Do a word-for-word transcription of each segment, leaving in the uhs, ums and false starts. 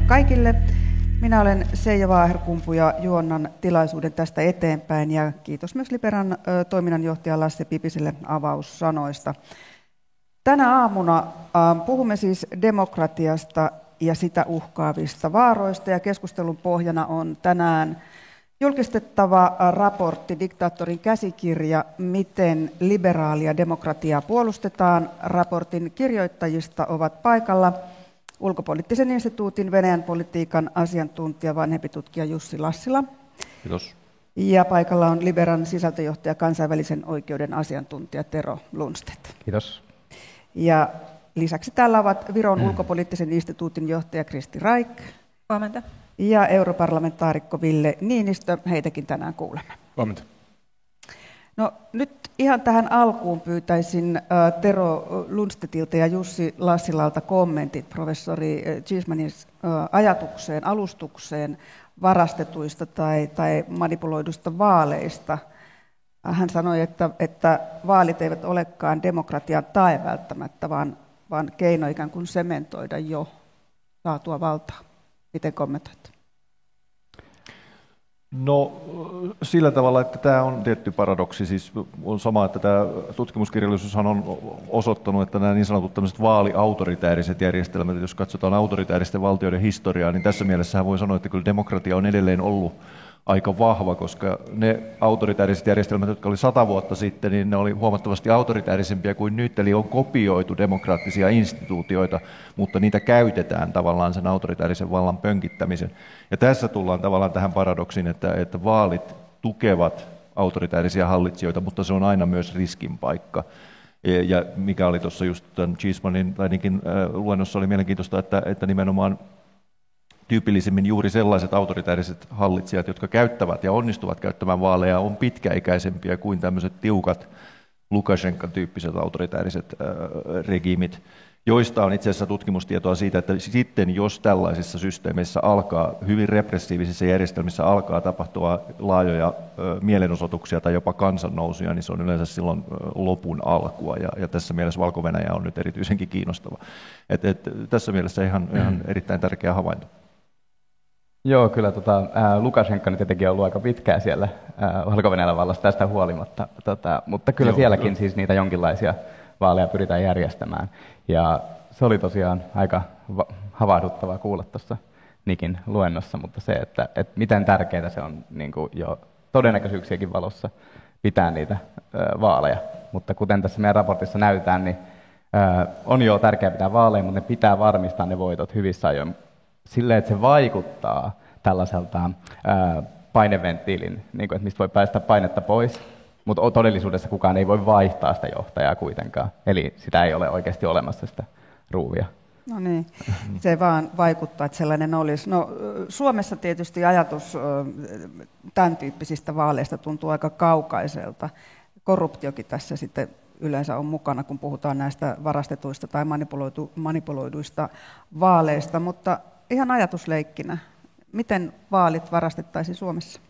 kaikille. Minä olen Seija Vaaherkumpu ja juonnan tilaisuuden tästä eteenpäin ja kiitos myös Liberan ö, toiminnanjohtaja Lasse Pipiselle avaussanoista. Tänä aamuna ö, puhumme siis demokratiasta ja sitä uhkaavista vaaroista ja keskustelun pohjana on tänään julkistettava raportti, diktaattorin käsikirja, miten liberaalia demokratiaa puolustetaan. Raportin kirjoittajista ovat paikalla Ulkopoliittisen instituutin Venäjän politiikan asiantuntija, vanhempi tutkija Jussi Lassila. Kiitos. Ja paikalla on Liberan sisältöjohtaja, kansainvälisen oikeuden asiantuntija Tero Lundstedt. Kiitos. Ja lisäksi täällä ovat Viron ulkopoliittisen instituutin johtaja Kristi Raik. Huomenta. Ja europarlamentaarikko Ville Niinistö, heitäkin tänään kuulemme. Huomenta. No nyt ihan tähän alkuun pyytäisin uh, Tero Lundstedtiltä ja Jussi Lassilalta kommentit professori Cheesemanin uh, ajatukseen, alustukseen varastetuista tai, tai manipuloiduista vaaleista. Hän sanoi, että, että vaalit eivät olekaan demokratian tae välttämättä, vaan, vaan keino ikään kuin sementoida jo saatua valtaa. Miten kommentoit? No sillä tavalla, että tämä on tietty paradoksi. Siis on sama, että tämä tutkimuskirjallisuushan on osoittanut, että nämä niin sanotut tämmöiset vaaliautoritääriset järjestelmät, jos katsotaan autoritääristen valtioiden historiaa, niin tässä mielessä voi sanoa, että kyllä demokratia on edelleen ollut aika vahva, koska ne autoritääriset järjestelmät, jotka oli sata vuotta sitten, niin ne oli huomattavasti autoritäärisempiä kuin nyt, eli on kopioitu demokraattisia instituutioita, mutta niitä käytetään tavallaan sen autoritäärisen vallan pönkittämisen. Ja tässä tullaan tavallaan tähän paradoksiin, että, että vaalit tukevat autoritäärisiä hallitsijoita, mutta se on aina myös riskin paikka. Ja mikä oli tuossa just tämän Cheesemanin tai ainakin luennossa oli mielenkiintoista, että, että nimenomaan tyypillisimmin juuri sellaiset autoritääriset hallitsijat, jotka käyttävät ja onnistuvat käyttämään vaaleja, on pitkäikäisempiä kuin tämmöiset tiukat Lukashenkan-tyyppiset autoritääriset äh, regiimit, joista on itse asiassa tutkimustietoa siitä, että sitten jos tällaisissa systeemeissä alkaa, hyvin repressiivisissä järjestelmissä alkaa tapahtua laajoja äh, mielenosoituksia tai jopa kansannousuja, niin se on yleensä silloin äh, lopun alkua, ja, ja tässä mielessä Valko-Venäjä on nyt erityisenkin kiinnostava. Et, et, tässä mielessä ihan, ihan erittäin tärkeä havainto. Joo, kyllä tota, ää, Lukashenka nyt jotenkin on ollut aika pitkään siellä ää, Valko-Venäjällä vallassa tästä huolimatta, tota, mutta kyllä Joo, sielläkin no. siis niitä jonkinlaisia vaaleja pyritään järjestämään. Ja se oli tosiaan aika va- havahduttavaa kuulla tuossa Nikin luennossa, mutta se, että, että miten tärkeää se on niin kuin jo todennäköisyyksiäkin valossa pitää niitä ää, vaaleja. Mutta kuten tässä meidän raportissa näytetään, niin ää, on jo tärkeää pitää vaaleja, mutta ne pitää varmistaa ne voitot hyvissä ajoin. Silleen, että se vaikuttaa tällaiselta ää, paineventtiilin, niin kuin, että mistä voi päästä painetta pois, mutta todellisuudessa kukaan ei voi vaihtaa sitä johtajaa kuitenkaan. Eli sitä ei ole oikeasti olemassa sitä ruuvia. No niin, se vaan vaikuttaa, että sellainen olisi. No, Suomessa tietysti ajatus tämän tyyppisistä vaaleista tuntuu aika kaukaiselta. Korruptiokin tässä sitten yleensä on mukana, kun puhutaan näistä varastetuista tai manipuloidu, manipuloiduista vaaleista, mutta ihan ajatusleikkinä, miten vaalit varastettaisiin Suomessa?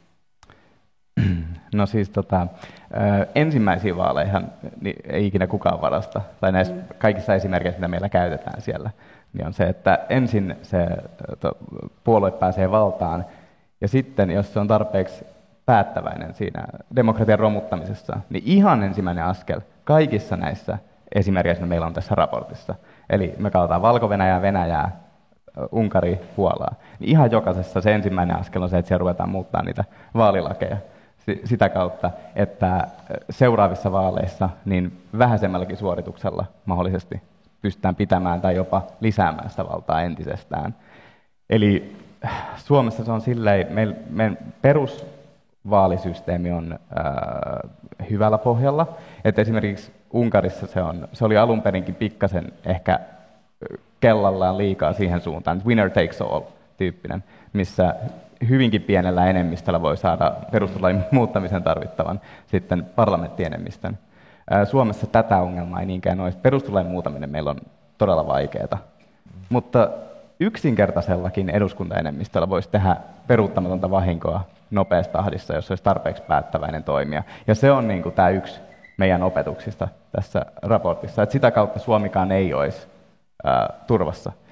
No siis tota, ensimmäisiä vaaleihan niin ei ikinä kukaan varasta, tai näissä mm. kaikissa esimerkkeissä, mitä meillä käytetään siellä, niin on se, että ensin se to, puolue pääsee valtaan, ja sitten jos se on tarpeeksi päättäväinen siinä demokratian romuttamisessa, niin ihan ensimmäinen askel kaikissa näissä esimerkkeissä meillä on tässä raportissa. Eli me katsotaan Valko-Venäjää, Venäjää, Unkari, Puolaa. Niin ihan jokaisessa se ensimmäinen askel on se, että siellä ruvetaan muuttaa niitä vaalilakeja sitä kautta, että seuraavissa vaaleissa niin vähäisemmälläkin suorituksella mahdollisesti pystytään pitämään tai jopa lisäämään sitä valtaa entisestään. Eli Suomessa se on silleen, meidän, meidän perusvaalisysteemi on ää, hyvällä pohjalla, että esimerkiksi Unkarissa se, on, se oli alun perinkin pikkasen ehkä kellallaan liikaa siihen suuntaan, winner takes all -tyyppinen, missä hyvinkin pienellä enemmistöllä voi saada perustuslain muuttamisen tarvittavan sitten parlamenttienemmistön. Suomessa tätä ongelmaa ei niinkään ole. Perustuslain muutaminen meillä on todella vaikeaa. Mutta yksinkertaisellakin eduskuntaenemmistöllä voisi tehdä peruuttamatonta vahinkoa nopeassa tahdissa, jos olisi tarpeeksi päättäväinen toimija. Ja se on niin kuin tämä yksi meidän opetuksista tässä raportissa, että sitä kautta Suomikaan ei olisi ää, turvassa.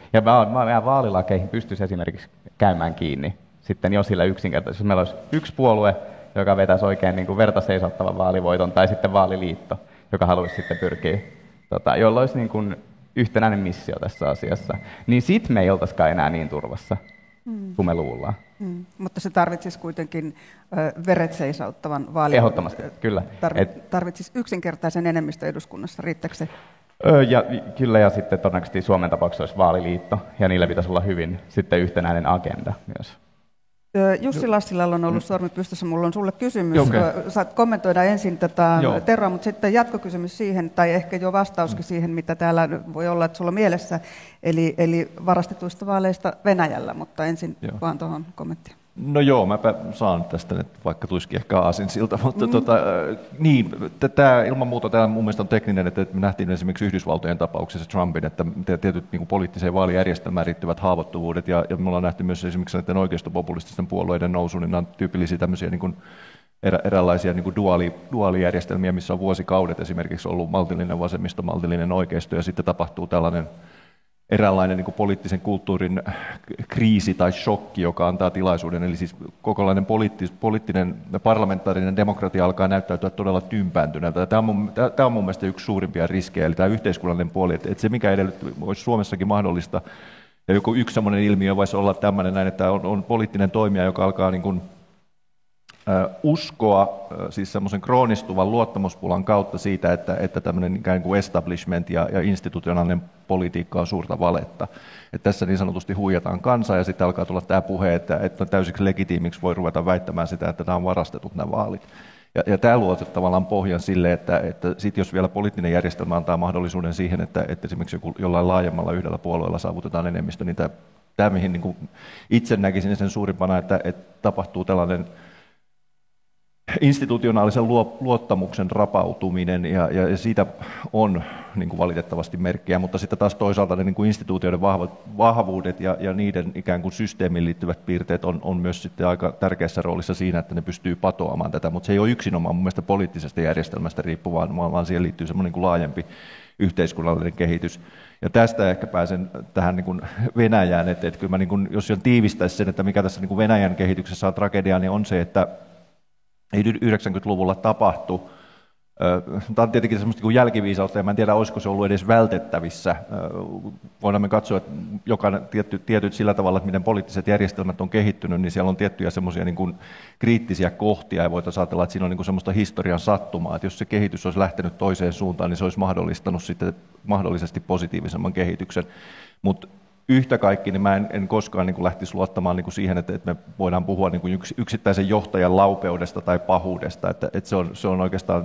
Ja meidän vaalilakeihin pystyisi esimerkiksi käymään kiinni sitten jo sillä yksinkertaisesti. Jos meillä olisi yksi puolue, joka vetäisi oikein niin kuin verta seisottavan vaalivoiton, tai sitten vaaliliitto, joka haluaisi sitten pyrkiä, tota, jolla olisi niin kuin yhtenäinen missio tässä asiassa, niin sitten me ei oltaisikaan enää niin turvassa, mm. kuin me luullaan. Mm. Mutta se tarvitsisi kuitenkin ö, veret seisauttavan vaalivoiton. Ehdottomasti, kyllä. Tarvi, Et, tarvitsisi yksinkertaisen enemmistö eduskunnassa, riittääkö se? Öö, ja, kyllä, ja sitten todennäköisesti Suomen tapauksessa olisi vaaliliitto, ja niillä pitäisi olla hyvin sitten yhtenäinen agenda myös. Jussi Lassilalla on ollut sormi pystyssä. Minulla on sinulle kysymys. Okay. Saat kommentoida ensin tätä Teroa, mutta sitten jatkokysymys siihen, tai ehkä jo vastauskin siihen, mitä täällä voi olla, että sulla on mielessä, eli, eli varastetuista vaaleista Venäjällä, mutta ensin Joo. vaan tuohon kommenttiin. No joo, mäpä saan tästä nyt, vaikka tuisikin ehkä aasinsilta, mutta mm. tota, niin, tämä ilman muuta tämä mun mielestä on tekninen, että me nähtiin esimerkiksi Yhdysvaltojen tapauksessa Trumpin, että tietyt niin kuin poliittiseen vaalijärjestelmään riittyvät haavoittuvuudet, ja, ja me ollaan nähty myös esimerkiksi näiden oikeistopopulististen puolueiden nousu, niin nämä on tyypillisiä tämmöisiä niin kuin erä, eräänlaisia niin kuin duaali, duaalijärjestelmiä, missä on vuosikaudet esimerkiksi ollut maltillinen vasemmisto, maltillinen oikeisto, ja sitten tapahtuu tällainen eräänlainen niin kuin poliittisen kulttuurin kriisi tai shokki, joka antaa tilaisuuden. Eli siis kokonainen poliittis, poliittinen ja parlamentaarinen demokratia alkaa näyttäytyä todella tympääntyneeltä. Tämä on, mun, tämä on mun mielestä yksi suurimpia riskejä, eli tämä yhteiskunnallinen puoli. Että, että se, mikä edellyt, olisi Suomessakin mahdollista, ja joku yksi sellainen ilmiö voisi olla tämmöinen näin, että on, on poliittinen toimija, joka alkaa niin kuin uskoa siis semmoisen kroonistuvan luottamuspulan kautta siitä, että, että tämmöinen ikään kuin establishment ja, ja institutionaalinen politiikka on suurta valetta. Että tässä niin sanotusti huijataan kansaa ja sitten alkaa tulla tämä puhe, että, että täysiksi legitiimiksi voi ruveta väittämään sitä, että nämä on varastetut nämä vaalit. Ja, ja tämä luo tavallaan pohjan sille, että, että sit jos vielä poliittinen järjestelmä antaa mahdollisuuden siihen, että, että esimerkiksi joku, jollain laajemmalla yhdellä puolueella saavutetaan enemmistö, niin tämä, tämä mihin niin kuin itse näkisin sen suurimpana, että, että tapahtuu tällainen institutionaalisen luottamuksen rapautuminen, ja, ja siitä on niin kuin valitettavasti merkkejä, mutta sitten taas toisaalta ne niin kuin instituutioiden vahvat, vahvuudet ja, ja niiden ikään kuin systeemiin liittyvät piirteet on, on myös sitten aika tärkeässä roolissa siinä, että ne pystyy patoamaan tätä, mutta se ei ole yksinomaan mun mielestä poliittisesta järjestelmästä riippuvaa, vaan, vaan siihen liittyy semmoinen niin kuin laajempi yhteiskunnallinen kehitys. Ja tästä ehkä pääsen tähän niin kuin Venäjään, että, että kyllä mä niin kuin, jos tiivistäisi sen, että mikä tässä niin kuin Venäjän kehityksessä on tragedia, niin on se, että ei yhdeksänkymmentäluvulla tapahtu. Tämä on tietenkin semmoista kuin jälkiviisautta, ja mä en tiedä, olisiko se ollut edes vältettävissä. Voidaan me katsoa, että jokainen tietty, tietyt sillä tavalla, että miten poliittiset järjestelmät on kehittynyt, niin siellä on tiettyjä semmoisia niin kuin kriittisiä kohtia, ja voitaisiin ajatella, että siinä on niin kuin semmoista historian sattumaa, että jos se kehitys olisi lähtenyt toiseen suuntaan, niin se olisi mahdollistanut sitten mahdollisesti positiivisemman kehityksen. Mutta yhtä kaikki, niin mä en, en koskaan niin kuin lähtisi luottamaan niin kuin siihen, että, että me voidaan puhua niin kuin yks, yksittäisen johtajan laupeudesta tai pahuudesta, että, että se, on, se on oikeastaan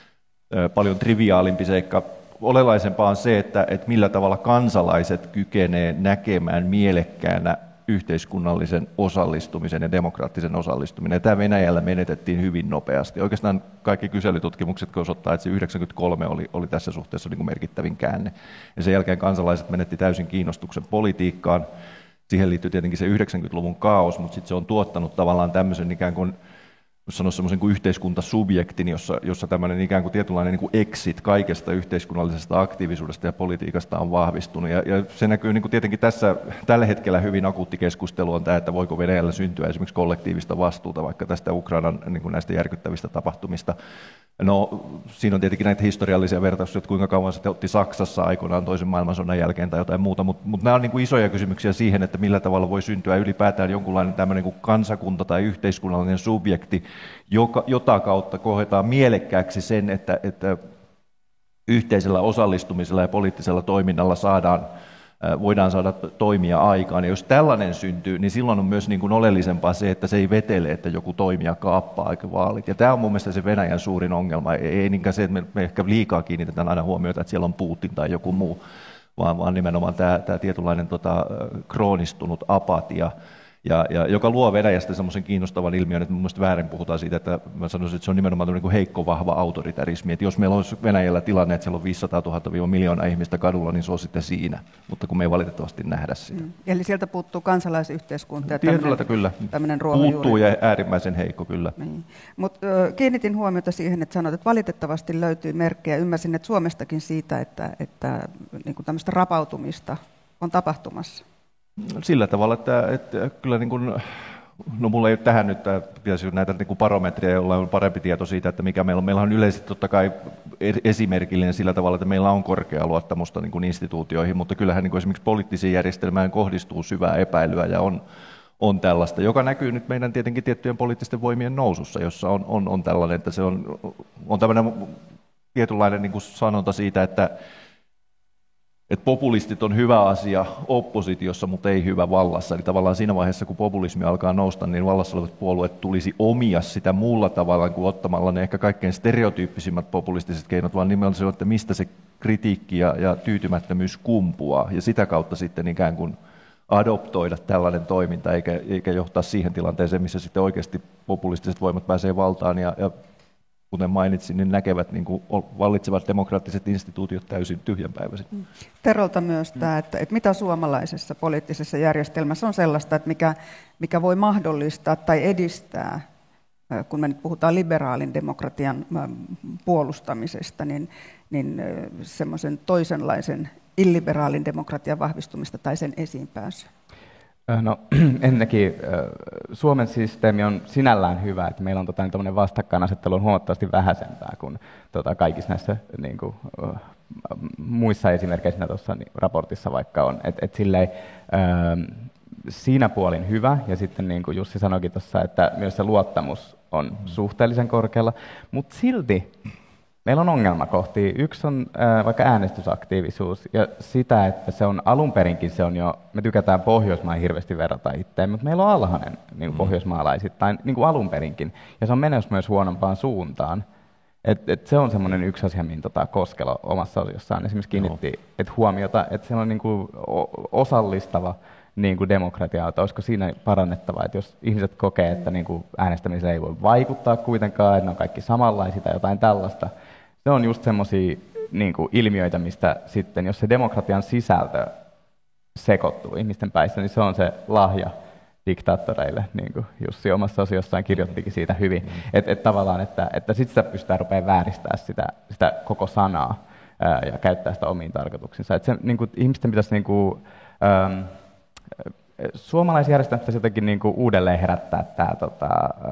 paljon triviaalimpi seikka. Oleellisempaa on se, että, että millä tavalla kansalaiset kykenee näkemään mielekkäänä yhteiskunnallisen osallistumisen ja demokraattisen osallistuminen. Ja tämä Venäjällä menetettiin hyvin nopeasti. Oikeastaan kaikki kyselytutkimukset osoittaa, että se yhdeksänkymmentäkolme oli, oli tässä suhteessa niin kuin merkittävin käänne. Ja sen jälkeen kansalaiset menetti täysin kiinnostuksen politiikkaan. Siihen liittyy tietenkin se yhdeksänkymmentäluvun kaos, mutta sitten se on tuottanut tavallaan tämmöisen ikään kuin jos sanoisi semmoisen kuin yhteiskuntasubjektin, jossa, jossa tämmöinen ikään kuin tietynlainen niin kuin exit kaikesta yhteiskunnallisesta aktiivisuudesta ja politiikasta on vahvistunut. Ja, ja se näkyy niin kuin tietenkin tässä, tällä hetkellä hyvin akuutti keskustelu on tämä, että voiko Venäjällä syntyä esimerkiksi kollektiivista vastuuta vaikka tästä Ukrainan niin kuin näistä järkyttävistä tapahtumista. No, siinä on tietenkin näitä historiallisia vertauksia, että kuinka kauan se otti Saksassa aikoinaan toisen maailmansodan jälkeen tai jotain muuta, mutta, mutta nämä on niin kuin isoja kysymyksiä siihen, että millä tavalla voi syntyä ylipäätään jonkunlainen tämmöinen kuin kansakunta tai yhteiskunnallinen subjekti, joka, jota kautta koetaan mielekkääksi sen, että, että yhteisellä osallistumisella ja poliittisella toiminnalla saadaan voidaan saada toimia aikaan. Ja jos tällainen syntyy, niin silloin on myös niin kuin oleellisempaa se, että se ei vetele, että joku toimija kaappaa aika vaalit. Ja tämä on mun mielestä se Venäjän suurin ongelma. Ei niinkään se, että me ehkä liikaa kiinnitetään aina huomiota, että siellä on Putin tai joku muu, vaan, vaan nimenomaan tämä, tämä tietynlainen tota, kroonistunut apatia, ja, ja, joka luo Venäjästä semmoisen kiinnostavan ilmiön, että mun mielestä väärin puhutaan siitä, että mä sanoisin, että se on nimenomaan niin kuin heikko, vahva autoritarismi. Että jos meillä olisi Venäjällä tilanne, että siellä on viisisataatuhatta miljoonaa ihmistä kadulla, niin se on sitten siinä, mutta kun me ei valitettavasti nähdä sitä. Mm. Eli sieltä puuttuu kansalaisyhteiskunta ja tämmöinen, kyllä. tämmöinen ruohonjuuri. Puuttuu ja äärimmäisen heikko, kyllä. Niin. Mut, ö, kiinnitin huomiota siihen, että sanoit, että valitettavasti löytyy merkkejä. Ymmärsin, että Suomestakin siitä, että, että niin kuin tämmöistä rapautumista on tapahtumassa? Sillä tavalla, että, että kyllä niin kuin, no mulla ei ole tähän nyt, pitäisi näitä niin kuin barometria, jolla on parempi tieto siitä, että mikä meillä on. Meillä on yleisesti totta kai esimerkillinen sillä tavalla, että meillä on korkeaa luottamusta niin kuin instituutioihin, mutta kyllähän niin kuin esimerkiksi poliittiseen järjestelmään kohdistuu syvää epäilyä ja on, on tällaista, joka näkyy nyt meidän tietenkin tiettyjen poliittisten voimien nousussa, jossa on, on, on tällainen, että se on, on tämmöinen tietynlainen niin kuin sanonta siitä, että että populistit on hyvä asia oppositiossa, mutta ei hyvä vallassa. Eli tavallaan siinä vaiheessa, kun populismi alkaa nousta, niin vallassa olevat puolueet tulisi omia sitä muulla tavalla kuin ottamalla ne ehkä kaikkein stereotyyppisimmät populistiset keinot, vaan nimenomaan se, että mistä se kritiikki ja, ja tyytymättömyys kumpuaa, ja sitä kautta sitten ikään kuin adoptoida tällainen toiminta, eikä, eikä johtaa siihen tilanteeseen, missä sitten oikeasti populistiset voimat pääsee valtaan, ja, ja kuten mainitsin, niin näkevät niin kuin vallitsevat demokraattiset instituutiot täysin tyhjänpäiväiset. Terolta myös tämä, että, että mitä suomalaisessa poliittisessa järjestelmässä on sellaista, että mikä, mikä voi mahdollistaa tai edistää, kun me nyt puhutaan liberaalin demokratian puolustamisesta, niin, niin semmoisen toisenlaisen illiberaalin demokratian vahvistumista tai sen esiinpääsyä. No ennenkin Suomen systeemi on sinällään hyvä, että meillä on tota, niin vastakkainasettelu on huomattavasti vähäisempää kuin tota, kaikissa näissä niin kuin, uh, muissa esimerkkeissä tuossa niin, raportissa vaikka on. Et, et silleen, uh, siinä puolin hyvä, ja sitten niin kuin Jussi sanoikin tuossa, että myös se luottamus on suhteellisen korkealla, mutta silti meillä on ongelmakohtia. Yksi on äh, vaikka äänestysaktiivisuus ja sitä, että se on alun perinkin, se on jo, me tykätään Pohjoismaihin hirveästi verrata itseään, mutta meillä on alhainen niin kuin pohjoismaalaisittain niin kuin alun perinkin, ja se on menossa myös huonompaan suuntaan. Et, et se on semmoinen yksi asia, mihin tota Koskelo omassa osiossaan esimerkiksi kiinnitti no. et huomiota, että se on niin kuin osallistava niin kuin demokratia, että olisiko siinä parannettavaa, että jos ihmiset kokee, että niin kuin äänestämiseen ei voi vaikuttaa kuitenkaan, että ne on kaikki samanlaisia tai jotain tällaista, se on just semmoisia niin kuin ilmiöitä, mistä sitten, jos se demokratian sisältö sekoittuu ihmisten päissä, niin se on se lahja diktaattoreille, niin kuin Jussi omassa osiossaan kirjoittikin siitä hyvin, mm. että et tavallaan, että, että sitten sitä pystytään rupeamaan vääristämään sitä, sitä koko sanaa ää, ja käyttää sitä omiin tarkoituksiinsa. Että se, niin kuin, ihmisten pitäisi niin kuin, äm, suomalaisjärjestelmä pitäisi jotenkin niin kuin uudelleen herättää tämä tota,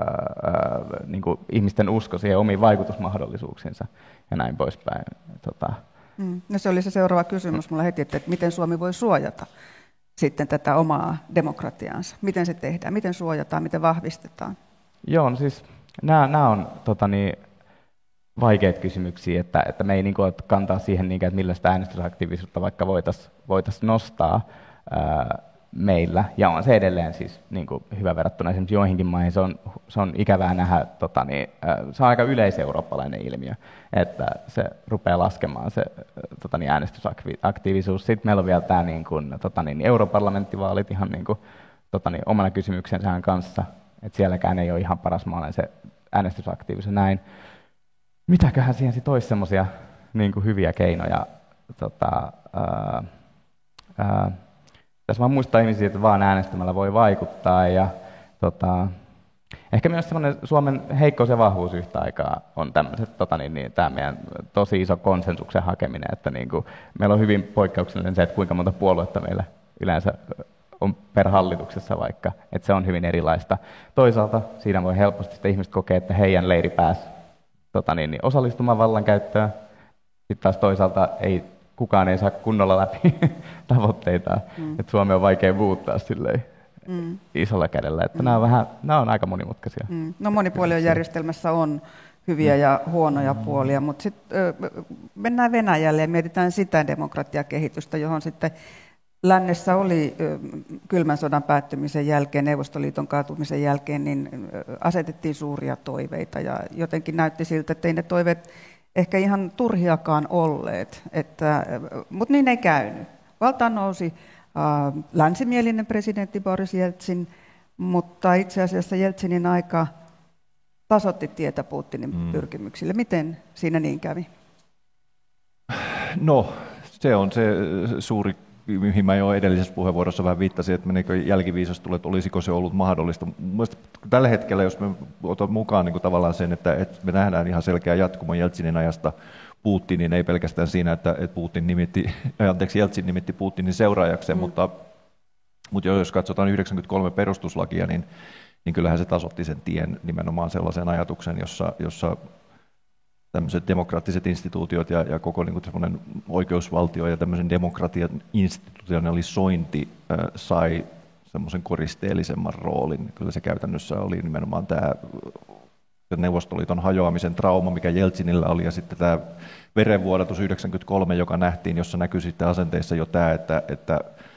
ää, niin kuin ihmisten usko siihen omiin vaikutusmahdollisuuksiinsa ja näin poispäin. Tota. Mm. No se oli se seuraava kysymys mulla heti, että miten Suomi voi suojata sitten tätä omaa demokratiaansa. Miten se tehdään, miten suojataan, miten vahvistetaan? Joo, no siis nämä, nämä on tota niin, vaikeita kysymyksiä, että, että me ei niin kuin kantaa siihen, niin kuin, että millä sitä äänestysaktiivisuutta vaikka voitaisiin voitais nostaa ää, meillä, ja on se edelleen siis niin kuin hyvä verrattuna esimerkiksi joihinkin maihin. Se on, se on ikävää nähdä, tota niin, se on aika yleiseurooppalainen ilmiö, että se rupeaa laskemaan se tota niin, äänestysaktiivisuus. Sitten meillä on vielä tämä niin kuin, tota niin, europarlamenttivaalit ihan niin kuin, tota niin, omana kysymyksensä kanssa, että sielläkään ei ole ihan paras maalainen se äänestysaktiivisuus näin. Mitäköhän siihen sitten olisi semmoisia niin kuin hyviä keinoja? Tota, ää, ää, Tässä vaan muistaa ihmisiä, että vaan äänestämällä voi vaikuttaa. Ja, tota, ehkä myös semmoinen Suomen heikkous ja vahvuus yhtä aikaa on tämmöiset, tota, niin, niin, tämä meidän tosi iso konsensuksen hakeminen. Että, niin kuin, meillä on hyvin poikkeuksellinen se, että kuinka monta puoluetta meillä yleensä on per hallituksessa vaikka. Että se on hyvin erilaista. Toisaalta siinä voi helposti sitä ihmiset kokea, että heidän leiri pääsi tota, niin, niin, osallistumaan vallankäyttöön. Sitten taas toisaalta ei kukaan ei saa kunnolla läpi tavoitteitaan, mm. että Suomi on vaikea muuttaa silleen mm. isolla kädellä, että mm. nämä, on vähän, nämä on aika monimutkaisia. Mm. No monipuoluejärjestelmässä on hyviä mm. ja huonoja puolia, mutta sitten mennään Venäjälle ja mietitään sitä demokratiakehitystä, johon sitten lännessä oli kylmän sodan päättymisen jälkeen, Neuvostoliiton kaatumisen jälkeen, niin asetettiin suuria toiveita ja jotenkin näytti siltä, että ei ne toiveet ehkä ihan turhiakaan olleet, että, mutta niin ei käynyt. Valtaan nousi äh, länsimielinen presidentti Boris Jeltsin, mutta itse asiassa Jeltsinin aika tasoitti tietä Putinin mm. pyrkimyksille. Miten siinä niin kävi? No, se on se suuri, mihin mä jo edellisessä puheenvuorossa vähän viittasin, että meneekö jälkiviisas tulee, että olisiko se ollut mahdollista. Mielestäni tällä hetkellä, jos me otan mukaan niin kuin tavallaan sen, että, että me nähdään ihan selkeä jatkumo Jeltsinin ajasta Putinin, ei pelkästään siinä, että, että Putin nimitti, anteeksi, Jeltsin nimitti Putinin seuraajakseen, mm. mutta, mutta jos katsotaan yhdeksänkymmentäkolme perustuslakia, niin, niin kyllähän se tasoitti sen tien nimenomaan sellaisen ajatuksen, jossa, jossa tämmöiset demokraattiset instituutiot ja, ja koko niin kuin semmoinen oikeusvaltio ja tämmöisen demokratian institutionalisointi äh, sai semmoisen koristeellisemman roolin. Kyllä se käytännössä oli nimenomaan tämä Neuvostoliiton hajoamisen trauma, mikä Jeltsinillä oli, ja sitten tämä verenvuodatus yhdeksänkymmentäkolme, joka nähtiin, jossa näkyy sitten asenteissa jo tämä, että, että,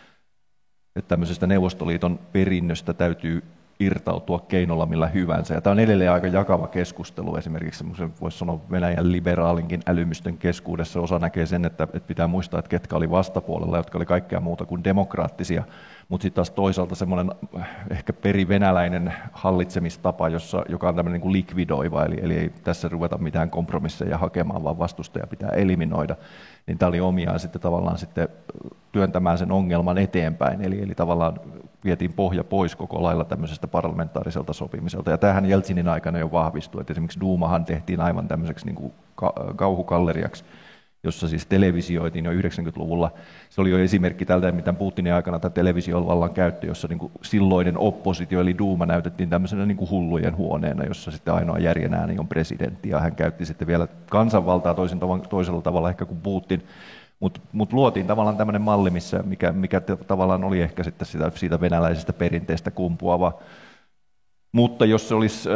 että tämmöisestä Neuvostoliiton perinnöstä täytyy irtautua keinolla millä hyvänsä. Ja tämä on edelleen aika jakava keskustelu, esimerkiksi voisi sanoa Venäjän liberaalinkin älymystön keskuudessa. Osa näkee sen, että, että pitää muistaa, että ketkä oli vastapuolella, jotka oli kaikkea muuta kuin demokraattisia. Mutta sitten taas toisaalta semmoinen ehkä perivenäläinen hallitsemistapa, jossa, joka on tämmöinen niin kuin likvidoiva, eli, eli ei tässä ruveta mitään kompromisseja hakemaan, vaan vastustaja pitää eliminoida, niin tämä oli omiaan sitten tavallaan sitten työntämään sen ongelman eteenpäin, eli, eli tavallaan vietiin pohja pois koko lailla tämmöisestä parlamentaariselta sopimiselta. Ja tämähän Jeltsinin aikana jo vahvistui, että esimerkiksi Duumahan tehtiin aivan tämmöiseksi niin kuin kauhukalleriaksi, jossa siis televisioitiin jo yhdeksänkymmentäluvulla. Se oli jo esimerkki tältä, mitä Putinin aikana tämä televisiovallan käyttö, jossa niin kuin silloinen oppositio eli Duuma näytettiin tämmöisenä niin kuin hullujen huoneena, jossa sitten ainoa järjen ääni on presidentti, ja hän käytti sitten vielä kansanvaltaa toisen, toisella tavalla ehkä kuin Putin. Mutta mut luotiin tavallaan tämmöinen malli, missä, mikä, mikä tavallaan oli ehkä sitten sitä, siitä venäläisestä perinteestä kumpuava. Mutta jos se olisi,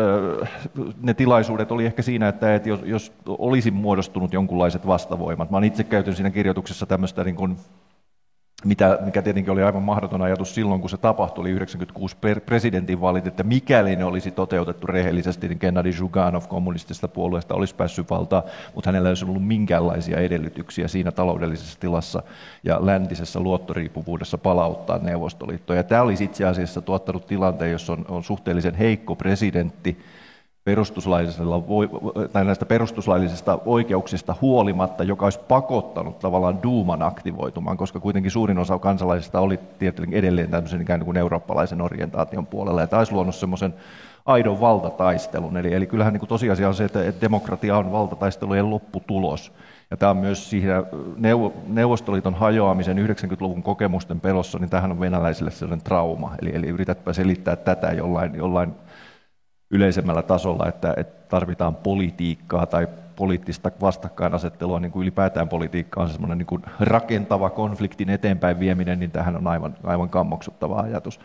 ne tilaisuudet oli ehkä siinä, että jos, jos olisi muodostunut jonkunlaiset vastavoimat. Mä olen itse käytän siinä kirjoituksessa tämmöistä, niin kuin, mitä, mikä tietenkin oli aivan mahdoton ajatus silloin, kun se tapahtui, oli yhdeksänkymmentäkuusi presidentinvaalit, että mikäli ne olisi toteutettu rehellisesti, niin Gennady Zhuganov kommunistisesta puolueesta olisi päässyt valtaan, mutta hänellä ei olisi ollut minkäänlaisia edellytyksiä siinä taloudellisessa tilassa ja läntisessä luottoriippuvuudessa palauttaa Neuvostoliittoa. Ja tämä olisi itse asiassa tuottanut tilanteen, jossa on, on suhteellisen heikko presidentti, perustuslaillisella, tai näistä perustuslaillisista oikeuksista huolimatta, joka olisi pakottanut tavallaan Duuman aktivoitumaan, koska kuitenkin suurin osa kansalaisista oli tietenkin edelleen tämmöisen ikään kuin eurooppalaisen orientaation puolella, ja tämä olisi luonut semmoisen aidon valtataistelun. Eli, eli kyllähän niin kuin tosiasia on se, että, että demokratia on valtataistelujen lopputulos. Ja tämä on myös siinä Neuvostoliiton hajoamisen yhdeksänkymmentäluvun kokemusten pelossa, niin tämähän on venäläisille sellainen trauma. Eli, eli yritätpä selittää tätä jollain, jollain yleisemmällä tasolla, että, että tarvitaan politiikkaa tai poliittista vastakkainasettelua, niin kuin ylipäätään politiikka on semmoinen niin kuin rakentava konfliktin eteenpäin vieminen, niin tämähän on aivan, aivan kammoksuttava ajatus.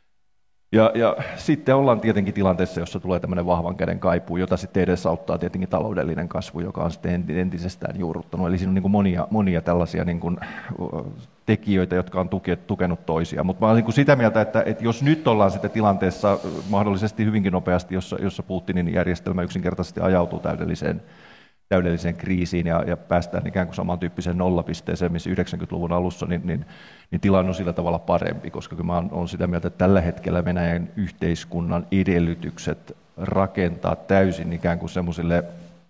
Ja, ja sitten ollaan tietenkin tilanteessa, jossa tulee tämmöinen vahvan käden kaipuu, jota sitten edesauttaa tietenkin taloudellinen kasvu, joka on sitten entisestään juurruttanut. Eli siinä on niin kuin monia, monia tällaisia niin kuin tekijöitä, jotka on tukenut toisiaan. Mutta mä olen niin kuin sitä mieltä, että, että jos nyt ollaan sitten tilanteessa mahdollisesti hyvinkin nopeasti, jossa, jossa Putinin järjestelmä yksinkertaisesti ajautuu täydelliseen, täydelliseen kriisiin ja, ja päästään ikään kuin samantyyppiseen nollapisteeseen, missä yhdeksänkymmentäluvun alussa, niin, niin, niin tilanne on sillä tavalla parempi, koska mä olen sitä mieltä, että tällä hetkellä Venäjän yhteiskunnan edellytykset rakentaa täysin ikään kuin semmoisille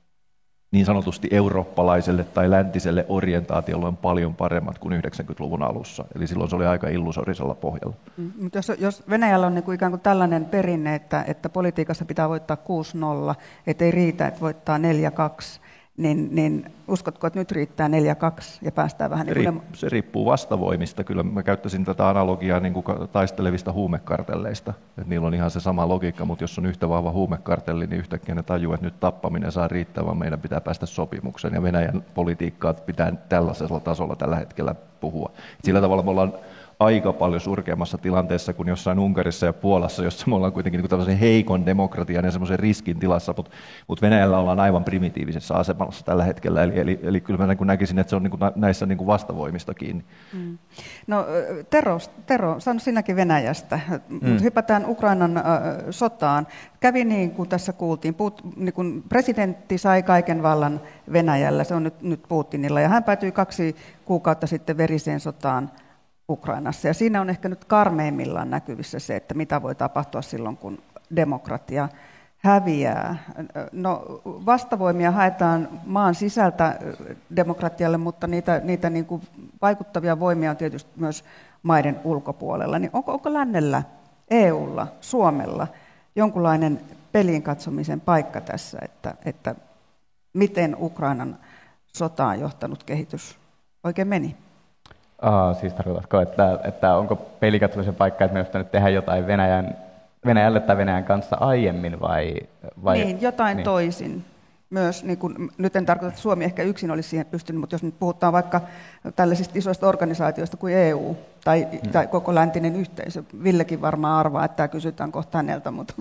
niin sanotusti eurooppalaiselle tai läntiselle orientaatiolle on paljon paremmat kuin yhdeksänkymmentäluvun alussa. Eli silloin se oli aika illusorisella pohjalla. Mm, mutta jos, jos Venäjällä on niin kuin ikään kuin tällainen perinne, että, että politiikassa pitää voittaa kuusi nolla, ettei riitä, että voittaa neljä kaksi, niin, niin uskotko, että nyt riittää neljä kaksi ja päästään vähän... Se, niin kuin ne... se riippuu vastavoimista. Kyllä mä käyttäisin tätä analogiaa niin kuin taistelevista huumekartelleista. Että niillä on ihan se sama logiikka, mutta jos on yhtä vahva huumekartelli, niin yhtäkkiä ne tajuu, että nyt tappaminen saa riittää, vaan meidän pitää päästä sopimukseen. Ja Venäjän politiikkaa pitää tällaisella tasolla tällä hetkellä puhua. Sillä tavalla me ollaan aika paljon surkeammassa tilanteessa kuin jossain Unkarissa ja Puolassa, jossa me ollaan kuitenkin niin tällaisen heikon demokratian ja semmoisen riskin tilassa, mutta, mutta Venäjällä ollaan aivan primitiivisessä asemassa tällä hetkellä, eli, eli, eli kyllä mä niin näkisin, että se on niin näissä niin vastavoimista kiinni. Mm. No Tero, Tero, sano sinäkin Venäjästä. Mm. Hypätään Ukrainan äh, sotaan. Kävi niin kuin tässä kuultiin, Put, niin kuin presidentti sai kaiken vallan Venäjällä, se on nyt, nyt Putinilla, ja hän päätyi kaksi kuukautta sitten veriseen sotaan Ukrainassa. Ja siinä on ehkä nyt karmeimmillaan näkyvissä se, että mitä voi tapahtua silloin, kun demokratia häviää. No, vastavoimia haetaan maan sisältä demokratialle, mutta niitä, niitä niin kuin vaikuttavia voimia on tietysti myös maiden ulkopuolella. Niin onko, onko lännellä, E U:lla, Suomella jonkunlainen pelin katsomisen paikka tässä, että, että miten Ukrainan sotaan johtanut kehitys oikein meni? Aa, siis tarkoitatko, että, että onko peilikatsomisen paikka, että me olisi tehdä jotain Venäjän, Venäjälle tai Venäjän kanssa aiemmin vai? vai niin, jotain niin. toisin. Myös, niin kun, nyt en tarkoita, että Suomi ehkä yksin olisi siihen pystynyt, mutta jos nyt puhutaan vaikka tällaisista isoista organisaatioista kuin E U tai, hmm. tai koko läntinen yhteisö, Villekin varmaan arvaa, että tämä kysytään kohta häneltä. Mutta.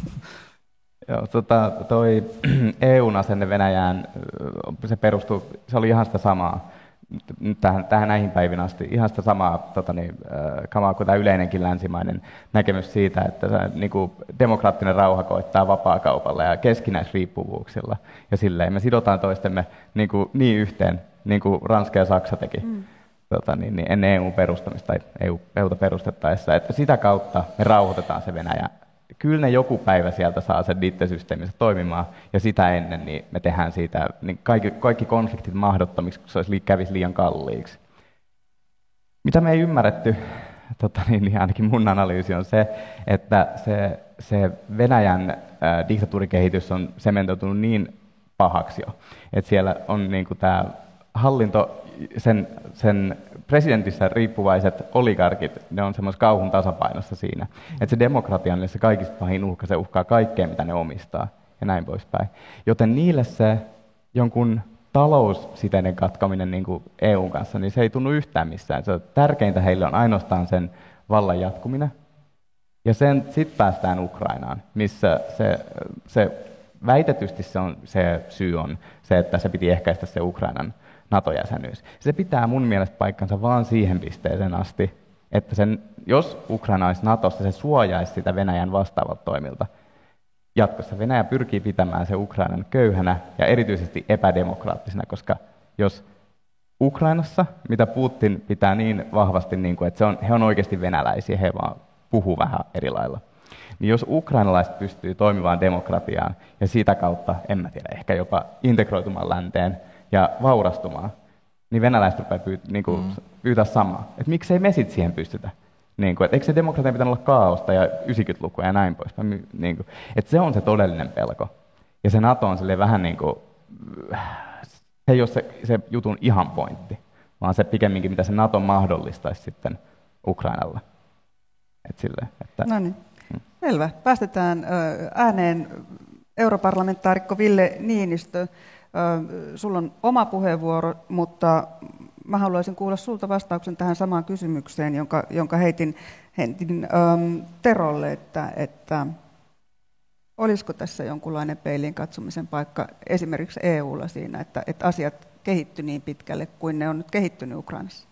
Joo, tota, toi E U:n asenne Venäjään, se perustuu, se oli ihan sitä samaa. Tähän, tähän näihin päivin asti ihan sitä samaa tota niin, kamaa kuin tämä yleinenkin länsimainen näkemys siitä, että se, niin kuin demokraattinen rauha koittaa vapaakaupalla ja keskinäisriippuvuuksilla. Ja silleen me sidotaan toistemme niin, kuin, niin yhteen, niin kuin Ranska ja Saksa teki mm. tota, niin, niin ennen E U:n perustamista tai E U, E U:ta perustettaessa. Että sitä kautta me rauhoitetaan se Venäjä. Kyllä ne joku päivä sieltä saa sen ditte-systeeminsä toimimaan, ja sitä ennen niin me tehdään siitä niin kaikki, kaikki konfliktit mahdottomiksi, kun se olisi, kävisi liian kalliiksi. Mitä me ei ymmärretty, tota niin, niin ainakin mun analyysi on se, että se, se Venäjän äh, diktatuurikehitys on sementoitunut niin pahaksi jo, että siellä on niin kuin tämä hallinto, sen, sen presidentissä riippuvaiset oligarkit, ne on semmoisessa kauhun tasapainossa siinä. Että se demokratia on se kaikista pahin uhka, se uhkaa kaikkea, mitä ne omistaa, ja näin poispäin. Joten niille se jonkun taloussiteiden katkaminen niin kuin E U:n kanssa, niin se ei tunnu yhtään missään. Se tärkeintä heille on ainoastaan sen vallan jatkuminen. Ja sitten päästään Ukrainaan, missä se, se väitetysti se, on, se syy on se, että se piti ehkäistä se Ukrainan NATO-jäsenyys. Se pitää mun mielestä paikkansa vaan siihen pisteeseen asti, että sen, jos Ukraina olisi Natossa, se suojaisi sitä Venäjän vastaavalta toimilta. Jatkossa Venäjä pyrkii pitämään se Ukrainan köyhänä ja erityisesti epädemokraattisena, koska jos Ukrainassa, mitä Putin pitää niin vahvasti, niin kuin, että se on, he on oikeasti venäläisiä, he vaan puhuu vähän eri lailla, niin jos ukrainalaiset pystyy toimimaan demokratiaan ja sitä kautta, en mä tiedä, ehkä jopa integroitumaan länteen, ja vaurastumaan, niin venäläiset rupeaa pyytää, niin kuin, mm. pyytää samaa. Että miksei me sitten siihen pystytä? Niin kuin, että eikö se demokratia pitänyt olla kaaosta ja yhdeksänkymmentälukua ja näin pois? Niin kuin, että se on se todellinen pelko. Ja se NATO on vähän niin kuin, se ei ole se, se jutun ihan pointti, vaan se pikemminkin, mitä se NATO mahdollistaisi sitten Ukrainalle. Et silleen, että, no niin, hmm. Selvä. Päästetään ääneen europarlamentaarikko Ville Niinistö. Sulla on oma puheenvuoro, mutta mä haluaisin kuulla sulta vastauksen tähän samaan kysymykseen, jonka, jonka heitin, heitin ähm, Terolle, että, että olisiko tässä jonkunlainen peiliin katsomisen paikka esimerkiksi E U:lla siinä, että, että asiat kehittyy niin pitkälle kuin ne on nyt kehittynyt Ukrainassa?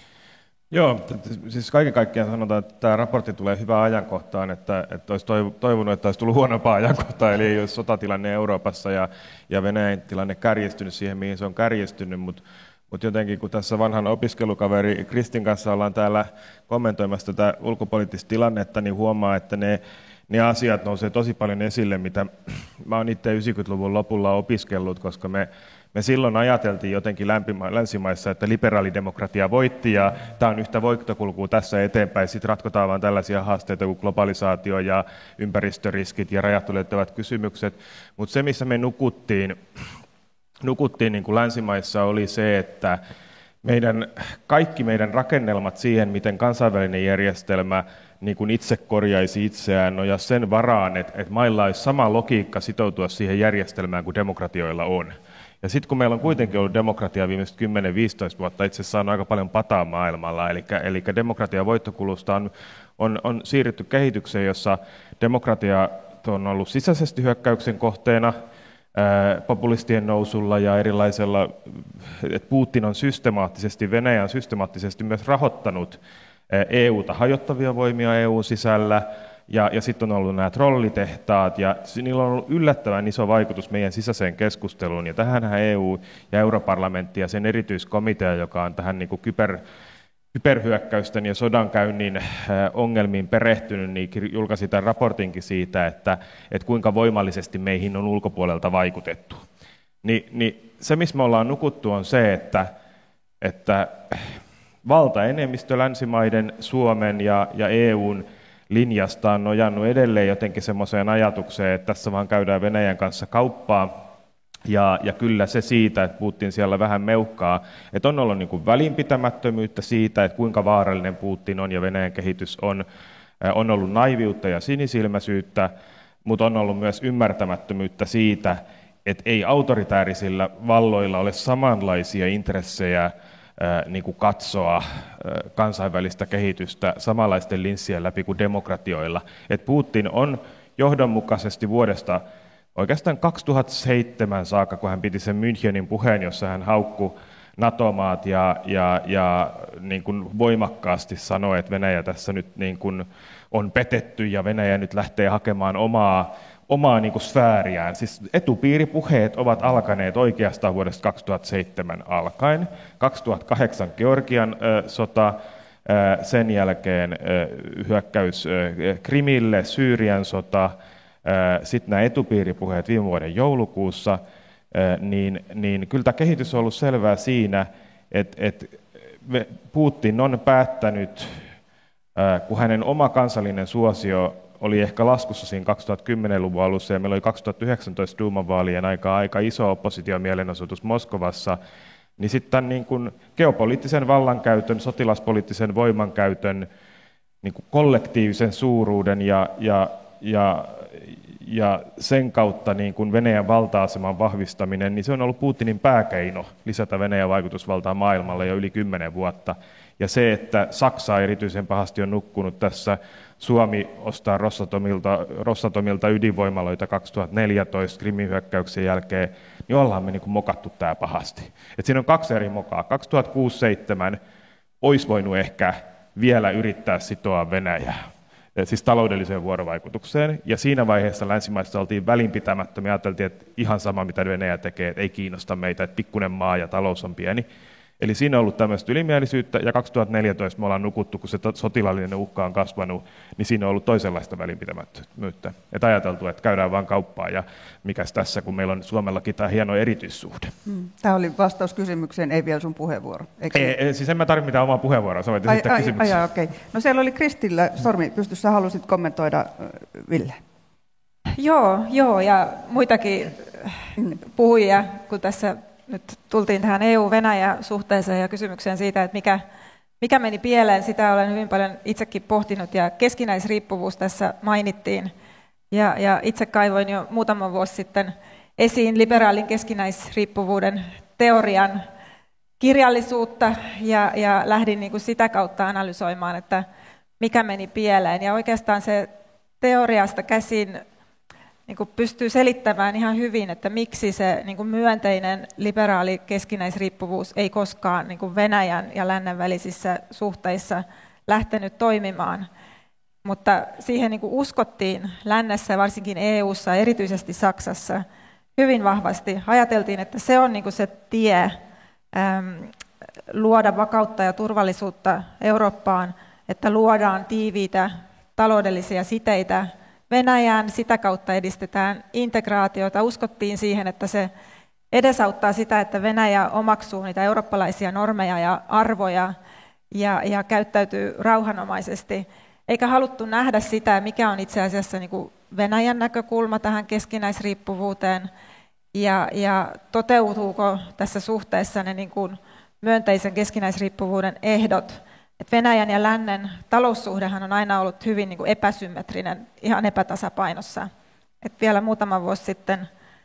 Joo, siis kaiken kaikkiaan sanotaan, että tämä raportti tulee hyvään ajankohtaan, että, että olisi toivonut, että olisi tullut huonompaa ajankohtaa, eli ei olisi sotatilanne Euroopassa ja, ja Venäjän tilanne kärjistynyt siihen, mihin se on kärjistynyt, mutta mut jotenkin kun tässä vanhan opiskelukaveri Kristin kanssa ollaan täällä kommentoimassa tätä ulkopoliittista tilannetta, niin huomaa, että ne, ne asiat nousee tosi paljon esille, mitä mä oon itse yhdeksänkymmentäluvun lopulla opiskellut, koska me Me silloin ajateltiin jotenkin länsimaissa, että liberaalidemokratia voitti ja tämä on yhtä voittokulkua tässä eteenpäin. Sitten ratkotaan vain tällaisia haasteita kuin globalisaatio ja ympäristöriskit ja rajat ylittävät kysymykset. Mutta se, missä me nukuttiin, nukuttiin niin kuin länsimaissa, oli se, että meidän, kaikki meidän rakennelmat siihen, miten kansainvälinen järjestelmä niin kuin itse korjaisi itseään, noja sen varaan, että, että mailla olisi sama logiikka sitoutua siihen järjestelmään kuin demokratioilla on. Ja sitten kun meillä on kuitenkin ollut demokratia viimeiset kymmenen viisitoista vuotta, itse asiassa on aika paljon pataa maailmalla, eli, eli demokratian voittokulusta on, on, on siirrytty kehitykseen, jossa demokratia on ollut sisäisesti hyökkäyksen kohteena, ää, populistien nousulla ja erilaisella, että Putin on systemaattisesti, Venäjä on systemaattisesti myös rahoittanut E U:ta hajottavia voimia E U:n sisällä, Ja, ja sitten on ollut nämä trollitehtaat, ja niillä on ollut yllättävän iso vaikutus meidän sisäiseen keskusteluun. Ja tähänhän E U ja Europarlamentti ja sen erityiskomitea, joka on tähän niin kuin kyber, kyberhyökkäysten ja sodankäynnin ongelmiin perehtynyt, niin julkaisi tämän raportinkin siitä, että, että kuinka voimallisesti meihin on ulkopuolelta vaikutettu. Ni, niin se, missä me ollaan nukuttu, on se, että, että valtaenemmistö länsimaiden, Suomen ja, ja E U:n linjasta on nojannut edelleen jotenkin semmoiseen ajatukseen, että tässä vaan käydään Venäjän kanssa kauppaa, Ja, ja kyllä se siitä, että Putin siellä vähän meuhkaa, että on ollut niin kuin välinpitämättömyyttä siitä, että kuinka vaarallinen Putin on ja Venäjän kehitys on. On ollut naiviutta ja sinisilmäisyyttä, mutta on ollut myös ymmärtämättömyyttä siitä, että ei autoritäärisillä valloilla ole samanlaisia intressejä niin kuin katsoa kansainvälistä kehitystä samanlaisten linssien läpi kuin demokratioilla. Et Putin on johdonmukaisesti vuodesta oikeastaan kaksituhattaseitsemän saakka, kun hän piti sen Münchenin puheen, jossa hän haukkui NATO-maat ja, ja, ja niin kuin voimakkaasti sanoi, että Venäjä tässä nyt niin kuin on petetty ja Venäjä nyt lähtee hakemaan omaa, omaa niin kuin sfääriään. Siis etupiiripuheet ovat alkaneet oikeastaan vuodesta kaksituhattaseitsemän alkaen. kaksituhattakahdeksan Georgian äh, sota, äh, sen jälkeen äh, hyökkäys äh, Krimille, Syyrian sota, äh, sitten nämä etupiiripuheet viime vuoden joulukuussa, Niin, niin kyllä tämä kehitys on ollut selvää siinä, että, että Putin on päättänyt, kun hänen oma kansallinen suosio oli ehkä laskussa siinä kaksituhattakymmenluvun alussa, ja meillä oli kaksituhattayhdeksäntoista Duuman-vaalien aikaa aika iso oppositiomielenosoitus Moskovassa, niin sitten tämän niin kuin geopoliittisen vallankäytön, sotilaspoliittisen voimankäytön, niin kuin kollektiivisen suuruuden ja, ja, ja ja sen kautta niin kuin Venäjän valta-aseman vahvistaminen, niin se on ollut Putinin pääkeino lisätä Venäjän vaikutusvaltaa maailmalle jo yli kymmenen vuotta. Ja se, että Saksa erityisen pahasti on nukkunut tässä, Suomi ostaa Rosatomilta, Rosatomilta ydinvoimaloita kaksituhattaneljätoista Krimin hyökkäyksen jälkeen, niin ollaan me niin kuin mokattu tämä pahasti. Et siinä on kaksi eri mokaa. kaksituhattakuusi seitsemän olisi voinut ehkä vielä yrittää sitoa Venäjää, siis taloudelliseen vuorovaikutukseen, ja siinä vaiheessa länsimaissa oltiin välinpitämättömiä, ajateltiin, että ihan sama mitä Venäjä tekee, että ei kiinnosta meitä, että pikkuinen maa ja talous on pieni. Eli siinä on ollut tämmöistä ylimielisyyttä, ja kaksituhattaneljätoista me ollaan nukuttu, kun se sotilaallinen uhka on kasvanut, niin siinä on ollut toisenlaista välinpitämättömyyttä. Että ajateltu, että käydään vaan kauppaa, ja mikäs tässä, kun meillä on Suomellakin tämä hieno erityissuhde. Tämä oli vastaus kysymykseen, ei vielä sun puheenvuoro. Ei, ei, siis en mä tarvitse mitään omaa puheenvuoroa, sä voit esittää ai, kysymyksiä. Ai, ai, okay. No siellä oli Kristillä sormi pystyssä, halusit kommentoida, Ville? Joo, joo, ja muitakin puhujia, kun tässä nyt tultiin tähän E U-Venäjä-suhteeseen ja kysymykseen siitä, että mikä, mikä meni pieleen, sitä olen hyvin paljon itsekin pohtinut, ja keskinäisriippuvuus tässä mainittiin. Ja, ja itse kaivoin jo muutama vuosi sitten esiin liberaalin keskinäisriippuvuuden teorian kirjallisuutta, ja, ja lähdin niin kuin sitä kautta analysoimaan, että mikä meni pieleen. Ja oikeastaan se teoriasta käsin niin kuin pystyy selittämään ihan hyvin, että miksi se niin kuin myönteinen liberaali keskinäisriippuvuus ei koskaan niin kuin Venäjän ja lännen välisissä suhteissa lähtenyt toimimaan. Mutta siihen niin kuin uskottiin lännessä, varsinkin E U:ssa, erityisesti Saksassa, hyvin vahvasti. Ajateltiin, että se on niin kuin se tie äm, luoda vakautta ja turvallisuutta Eurooppaan, että luodaan tiiviitä taloudellisia siteitä Venäjään, sitä kautta edistetään integraatiota. Uskottiin siihen, että se edesauttaa sitä, että Venäjä omaksuu niitä eurooppalaisia normeja ja arvoja ja, ja käyttäytyy rauhanomaisesti. Eikä haluttu nähdä sitä, mikä on itse asiassa niin kuin Venäjän näkökulma tähän keskinäisriippuvuuteen ja, ja toteutuuko tässä suhteessa ne niin kuin myönteisen keskinäisriippuvuuden ehdot. Et Venäjän ja lännen taloussuhdehan on aina ollut hyvin niin kuin epäsymmetrinen, ihan epätasapainossa. Et vielä muutama vuosi sitten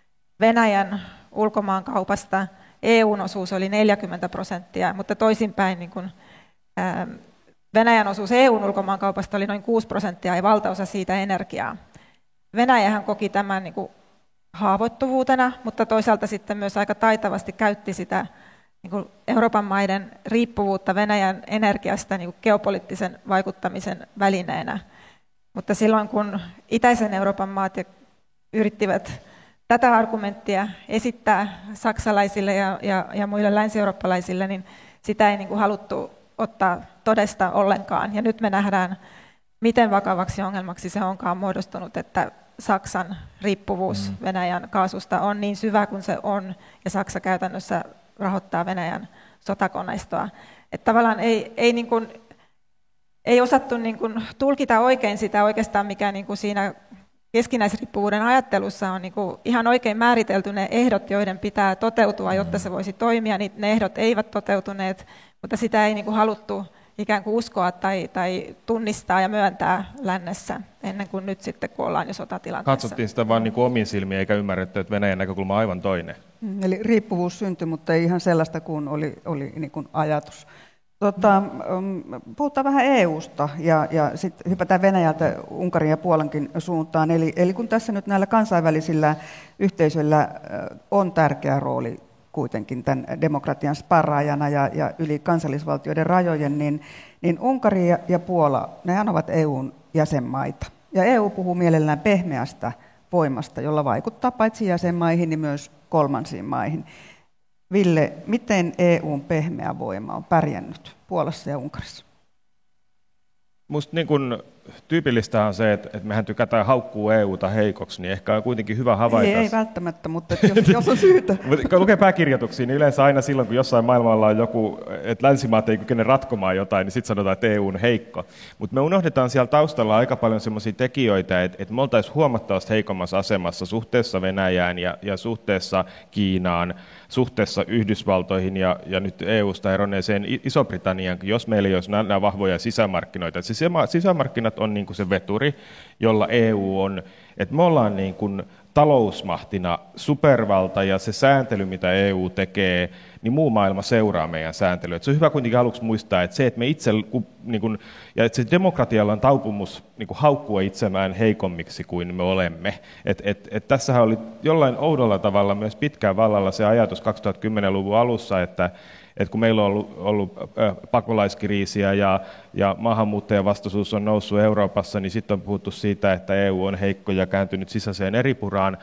Venäjän ulkomaankaupasta E U:n osuus oli neljäkymmentä prosenttia, mutta toisinpäin niin kuin, ää, Venäjän osuus E U:n ulkomaankaupasta oli noin kuusi prosenttia ja valtaosa siitä energiaa. Venäjähän koki tämän niin kuin haavoittuvuutena, mutta toisaalta sitten myös aika taitavasti käytti sitä niin kuin Euroopan maiden riippuvuutta Venäjän energiasta niin kuin geopoliittisen vaikuttamisen välineenä. Mutta silloin kun itäisen Euroopan maat yrittivät tätä argumenttia esittää saksalaisille ja, ja, ja muille länsi-eurooppalaisille, niin sitä ei niin kuin haluttu ottaa todesta ollenkaan. Ja nyt me nähdään, miten vakavaksi ongelmaksi se onkaan muodostunut, että Saksan riippuvuus mm. Venäjän kaasusta on niin syvä kuin se on, ja Saksa käytännössä rahoittaa Venäjän sotakoneistoa. Että tavallaan ei, ei, niin kuin, ei osattu niin kuin tulkita oikein sitä oikeastaan, mikä niin kuin siinä keskinäisriippuvuuden ajattelussa on niin kuin ihan oikein määritelty ne ehdot, joiden pitää toteutua, jotta se voisi toimia. Niin ne ehdot eivät toteutuneet, mutta sitä ei niin kuin haluttu ikään kuin uskoa tai, tai tunnistaa ja myöntää lännessä ennen kuin nyt sitten, kun ollaan jo sotatilanteessa. Katsottiin sitä vain niin kuin omiin silmiin eikä ymmärretty, että Venäjän näkökulma on aivan toinen. Eli riippuvuus syntyi, mutta ei ihan sellaista kuin oli, oli niin kuin ajatus. Tota, puhutaan vähän E U:sta ja, ja sitten hypätään Venäjältä Unkarin ja Puolankin suuntaan. Eli, eli kun tässä nyt näillä kansainvälisillä yhteisöillä on tärkeä rooli kuitenkin tämän demokratian sparraajana ja, ja yli kansallisvaltioiden rajojen, niin, niin Unkari ja, ja Puola, nehän ovat E U:n jäsenmaita. Ja E U puhuu mielellään pehmeästä voimasta, jolla vaikuttaa paitsi jäsenmaihin, niin myös kolmansiin maihin. Ville, miten E U:n pehmeä voima on pärjännyt Puolassa ja Unkarissa? Musta niin kun tyypillistä on se, että, että mehän tykätään haukkuu E U:ta heikoksi, niin ehkä on kuitenkin hyvä havaita. Ei, ei välttämättä, mutta jos, jos on syytä. Kun lukee pääkirjoituksia, niin yleensä aina silloin, kun jossain maailmalla on joku, että länsimaat ei kykene ratkomaan jotain, niin sitten sanotaan, että E U on heikko. Mutta me unohdetaan siellä taustalla aika paljon sellaisia tekijöitä, että, että me oltaisiin huomattavasti heikommassa asemassa suhteessa Venäjään ja, ja suhteessa Kiinaan, suhteessa Yhdysvaltoihin ja, ja nyt E U:sta eronneeseen Iso-Britanniaan, jos meillä ei olisi nämä vahvoja sisämarkkinoita. Et siis sisämarkkinat on niin kuin se veturi, jolla E U on, että me ollaan niin kuin talousmahtina supervalta ja se sääntely, mitä E U tekee, niin muu maailma seuraa meidän sääntelyä. Et se on hyvä kuitenkin aluksi muistaa, että se, että me itse, niin kuin, ja että se demokratialla on taupumus niin kuin haukkua itsemään heikommiksi kuin me olemme. Et, et, et tässähän oli jollain oudolla tavalla myös pitkään vallalla se ajatus kaksituhattakymmenluvun alussa, että että kun meillä on ollut, ollut pakolaiskriisiä ja, ja maahanmuuttajavastaisuus on noussut Euroopassa, niin sitten on puhuttu siitä, että E U on heikko ja kääntynyt sisäiseen eripuraan.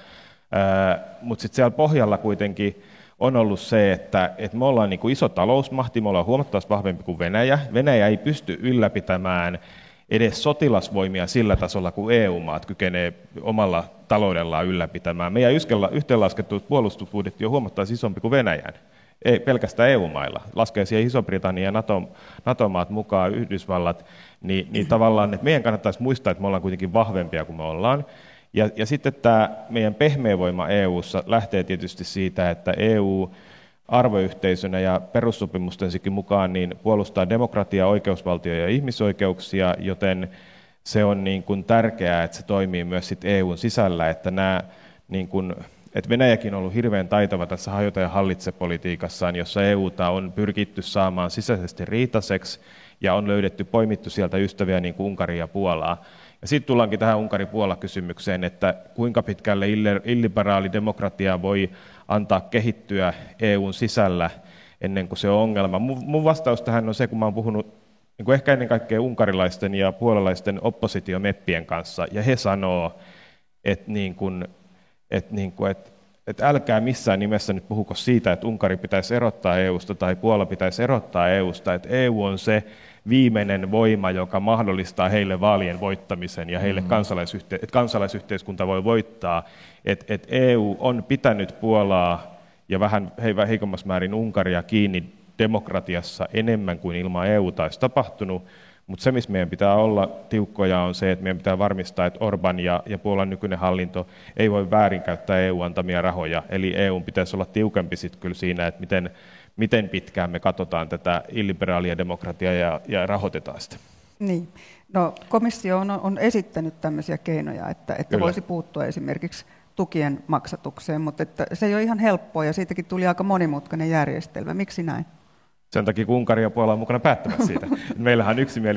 Mutta sitten siellä pohjalla kuitenkin on ollut se, että, että me ollaan niin kuin iso talousmahti, me ollaan huomattavasti vahvempi kuin Venäjä. Venäjä ei pysty ylläpitämään edes sotilasvoimia sillä tasolla, kuin E U-maat kykenee omalla taloudellaan ylläpitämään. Meidän yhteenlaskettu puolustusbudjetti on huomattavasti isompi kuin Venäjän. Ei pelkästään E U-mailla, laskee siihen Iso-Britannia ja NATO, NATO-maat mukaan, Yhdysvallat, niin, niin tavallaan että meidän kannattaisi muistaa, että me ollaan kuitenkin vahvempia kuin me ollaan. Ja, ja sitten tämä meidän pehmeä voima E U:ssa lähtee tietysti siitä, että E U arvoyhteisönä ja perussopimustensikin mukaan niin puolustaa demokratiaa, oikeusvaltio ja ihmisoikeuksia, joten se on niin kuin tärkeää, että se toimii myös sit E U:n sisällä, että nämä niin kuin että Venäjäkin on ollut hirveän taitava tässä hajota ja hallitse politiikassaan, jossa E U:ta on pyrkitty saamaan sisäisesti riitaiseksi ja on löydetty, poimittu sieltä ystäviä niin kuin Unkaria ja Puolaa. Ja sitten tullaankin tähän Unkari-Puola-kysymykseen, että kuinka pitkälle illiberaali demokratia voi antaa kehittyä E U:n sisällä ennen kuin se on ongelma. Mun vastaus tähän on se, kun mä oon puhunut niin kuin ehkä ennen kaikkea unkarilaisten ja puolalaisten oppositiomeppien kanssa, ja he sanoo, että niin kuin Että niin et, et älkää missään nimessä nyt puhuko siitä, että Unkari pitäisi erottaa E U:sta tai Puola pitäisi erottaa E U:sta, että E U on se viimeinen voima, joka mahdollistaa heille vaalien voittamisen ja heille mm-hmm. kansalaisyhte- että kansalaisyhteiskunta voi voittaa. Että et E U on pitänyt Puolaa ja vähän heikommassa määrin Unkaria kiinni demokratiassa enemmän kuin ilman E U:ta olisi tapahtunut. Mutta se, missä meidän pitää olla tiukkoja, on se, että meidän pitää varmistaa, että Orban ja, ja Puolan nykyinen hallinto ei voi väärinkäyttää E U-antamia rahoja. Eli E U:n pitäisi olla tiukempi sit kyllä siinä, että miten, miten pitkään me katsotaan tätä illiberaalia demokratiaa ja, ja rahoitetaan sitä. Niin. No, komissio on, on esittänyt tämmöisiä keinoja, että, että voisi puuttua esimerkiksi tukien maksatukseen, mutta että se ei ole ihan helppoa ja siitäkin tuli aika monimutkainen järjestelmä. Miksi näin? Sen takia, kun Unkari ja Puola on mukana päättämässä siitä. Meillähän on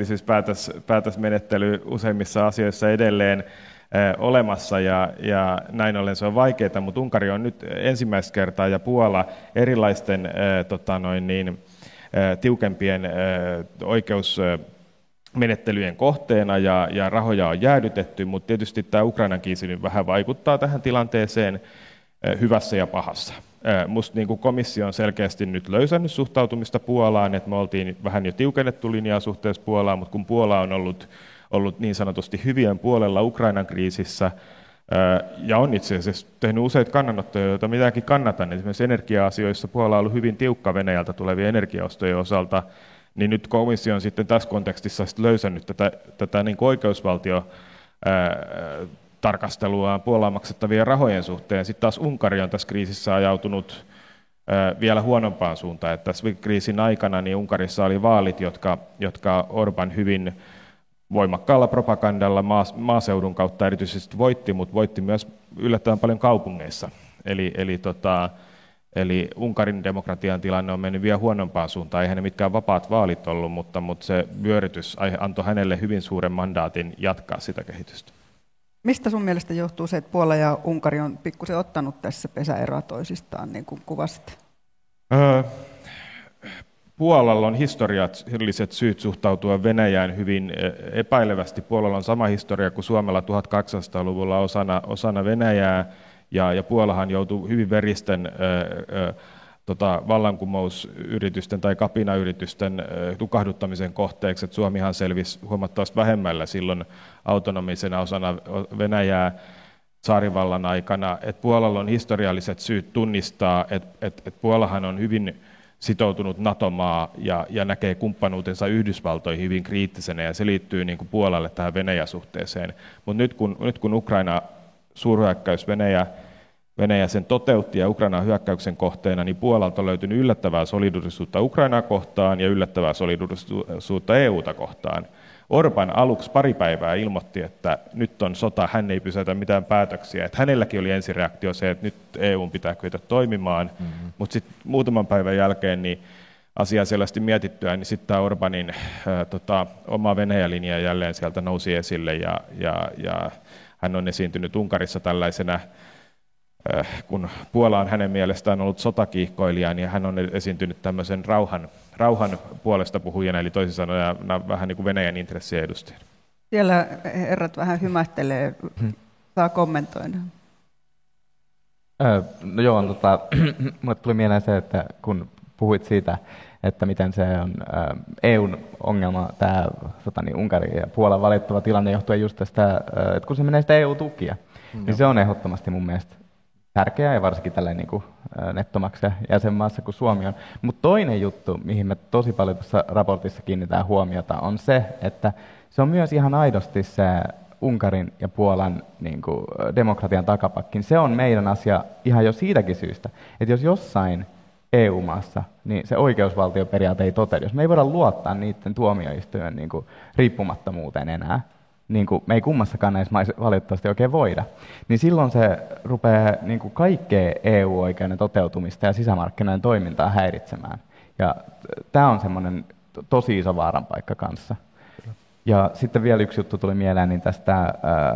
yksimielisyyspäätösmenettely useimmissa asioissa edelleen olemassa, ja, ja näin ollen se on vaikeaa, mutta Unkari on nyt ensimmäistä kertaa ja Puola erilaisten tota noin niin, tiukempien oikeusmenettelyjen kohteena, ja, ja rahoja on jäädytetty, mutta tietysti tämä Ukrainan kriisi nyt vähän vaikuttaa tähän tilanteeseen hyvässä ja pahassa. Musta niin kuin komissio on selkeästi nyt löysännyt suhtautumista Puolaan, että me oltiin vähän jo tiukennettu linjaa suhteessa Puolaan, mutta kun Puola on ollut, ollut niin sanotusti hyvien puolella Ukrainan kriisissä ja on itse asiassa tehnyt useita kannanottoja, joita mitäkin kannatan, esimerkiksi energia-asioissa Puola on ollut hyvin tiukka Venäjältä tulevien energiaostojen osalta, niin nyt komissio on sitten tässä kontekstissa sit löysännyt tätä, tätä niin kuin oikeusvaltio tarkasteluaan Puolaan maksettavien rahojen suhteen. Sitten taas Unkari on tässä kriisissä ajautunut vielä huonompaan suuntaan. Että tässä kriisin aikana niin Unkarissa oli vaalit, jotka, jotka Orban hyvin voimakkaalla propagandalla maaseudun kautta erityisesti voitti, mutta voitti myös yllättävän paljon kaupungeissa. Eli, eli, tota, eli Unkarin demokratian tilanne on mennyt vielä huonompaan suuntaan. Eihän ne mitkään vapaat vaalit ollut, mutta, mutta se vyörytys antoi hänelle hyvin suuren mandaatin jatkaa sitä kehitystä. Mistä sun mielestä johtuu se, että Puola ja Unkari on pikkusen ottanut tässä pesäeroa toisistaan, niin kuin kuvasit? Öö, Puolalla on historialliset syyt suhtautua Venäjään hyvin epäilevästi. Puolalla on sama historia kuin Suomella tuhatkahdeksansataaluvulla osana, osana Venäjää, ja, ja Puolahan joutui hyvin veristen öö, tota, vallankumousyritysten tai kapinayritysten öö, tukahduttamisen kohteeksi. Et Suomihan selvisi huomattavasti vähemmällä silloin autonomisena osana Venäjää tsaarivallan aikana. Et Puolalla on historialliset syyt tunnistaa, että et, et Puolahan on hyvin sitoutunut NATO-maa ja, ja näkee kumppanuutensa Yhdysvaltoihin hyvin kriittisenä, ja se liittyy niin kuin Puolalle tähän Venäjä-suhteeseen. Mutta nyt kun, nyt kun Ukraina suurhyökkäys Venäjä, Venäjä sen toteutti ja Ukrainan hyökkäyksen kohteena, niin Puolalta on löytynyt yllättävää solidaarisuutta Ukrainaa kohtaan ja yllättävää solidaarisuutta E U:ta kohtaan. Orban aluksi pari päivää ilmoitti, että nyt on sota, hän ei pysäytä mitään päätöksiä. Että hänelläkin oli ensireaktio se, että nyt E U:n pitää kyetä toimimaan, mm-hmm. mutta sitten muutaman päivän jälkeen niin asiaa selvästi mietittyä, niin sitten tämä Orbanin ää, tota, oma Venäjä-linja jälleen sieltä nousi esille, ja, ja, ja hän on esiintynyt Unkarissa tällaisena, ää, kun Puola on hänen mielestään ollut sotakiihkoilija, niin hän on esiintynyt tämmöisen rauhan, rauhan puolesta puhujana, eli toisin sanoen vähän niin kuin Venäjän intressien edustajana. Siellä herrat vähän hymähtelee, saa kommentoida. Öö, no joo, tota, mulle tuli mieleen se, että kun puhuit siitä, että miten se on E U:n ongelma, tämä tota niin, Unkarin ja Puolan valittava tilanne johtuen just tästä, että kun se menee sitä E U-tukia, mm, niin se on ehdottomasti mun mielestä tärkeää, ja varsinkin tällainen niin kuin nettomaksaja jäsenmaassa kuin Suomi on. Mutta toinen juttu, mihin me tosi paljon tuossa raportissa kiinnitetään huomiota, on se, että se on myös ihan aidosti se Unkarin ja Puolan niin kuin demokratian takapakki. Se on meidän asia ihan jo siitäkin syystä, että jos jossain E U-maassa niin se oikeusvaltioperiaate ei toteudu, jos me ei voida luottaa niiden tuomioistuimen niin kuin riippumattomuuteen enää, niin kuin me ei kummassakaan näissä maissa valitettavasti oikein voida, niin silloin se rupeaa niin kuin kaikkea E U-oikeuden toteutumista ja sisämarkkinoiden toimintaa häiritsemään. Ja tämä on semmoinen tosi iso vaaranpaikka kanssa. Ja sitten vielä yksi juttu tuli mieleen, niin tästä,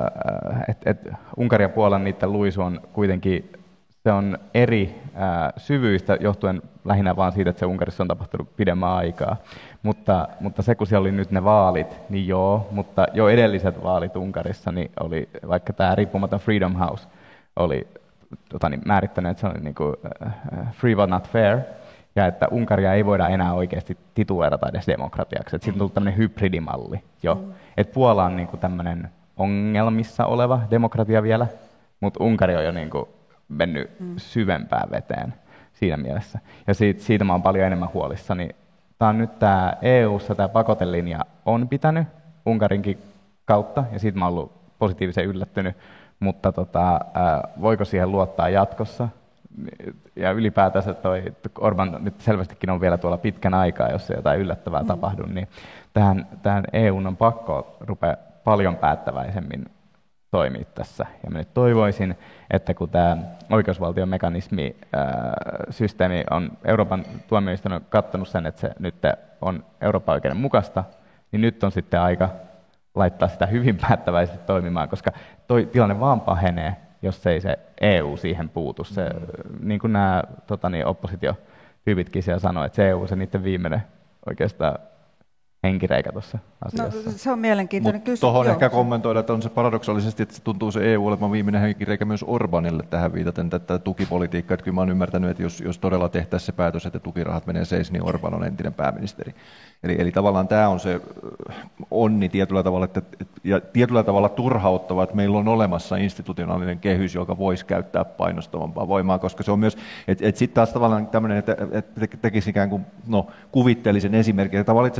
että et Unkari ja Puolan niiden luisu on kuitenkin, se on eri ää, syvyistä johtuen lähinnä vaan siitä, että se Unkarissa on tapahtunut pidemmän aikaa. Mutta, mutta se, kun siellä oli nyt ne vaalit, niin joo, mutta jo edelliset vaalit Unkarissa, niin oli vaikka tämä riippumaton Freedom House oli tota, niin, määrittänyt, että se oli niin kuin, uh, free but not fair, ja että Unkaria ei voida enää oikeasti tituleerata edes demokratiaksi. Että siitä on tullut tämmöinen hybridimalli jo. Mm. Että Puola on niin kuin tämmöinen ongelmissa oleva demokratia vielä, mutta Unkari on jo niin kuin mennyt mm. syvempään veteen siinä mielessä. Ja siitä, siitä mä oon paljon enemmän huolissani. Tämä on nyt tämä E U:ssa tämä pakotelinja on pitänyt Unkarinkin kautta, ja siitä mä oon ollut positiivisen yllättynyt, mutta tota, ää, voiko siihen luottaa jatkossa? Ja ylipäätänsä toi Orban nyt selvästikin on vielä tuolla pitkän aikaa, jos ei jotain yllättävää mm. tapahdu, niin tähän, tähän E U:n on pakko rupea paljon päättäväisemmin toimia tässä. Ja mä nyt toivoisin, että kun tämä oikeusvaltion mekanismi, ää, systeemi on Euroopan tuomioistuin on katsonut sen, että se nyt on Euroopan oikeuden mukaista, niin nyt on sitten aika laittaa sitä hyvin päättäväisesti toimimaan, koska toi tilanne vaan pahenee, jos ei se E U siihen puutu. Se, mm. niin kuin nämä tota niin, oppositiotyypitkin siellä sanoo, että se E U se niiden viimeinen oikeastaan henkireikä tuossa asiassa. No, se on mielenkiintoinen kysymys. Tuohon ehkä kommentoida, että on se paradoksaalisesti, että se tuntuu se E U olevan viimeinen henkireikä myös Orbanille tähän viitaten tätä tukipolitiikkaa. Että kyllä mä oon ymmärtänyt, että jos, jos todella tehtäisiin se päätös, että tukirahat menee seis, niin Orban on entinen pääministeri. Eli, eli tavallaan tämä on se onni tietyllä tavalla, että, ja tietyllä tavalla turhauttava, että meillä on olemassa institutionaalinen kehys, joka voisi käyttää painostavampaa voimaa, koska se on myös, että et sitten taas tavallaan tämmöinen, että et tekisi ikään kuin, no, kuvittelisen esimerkin, että valitsetteko te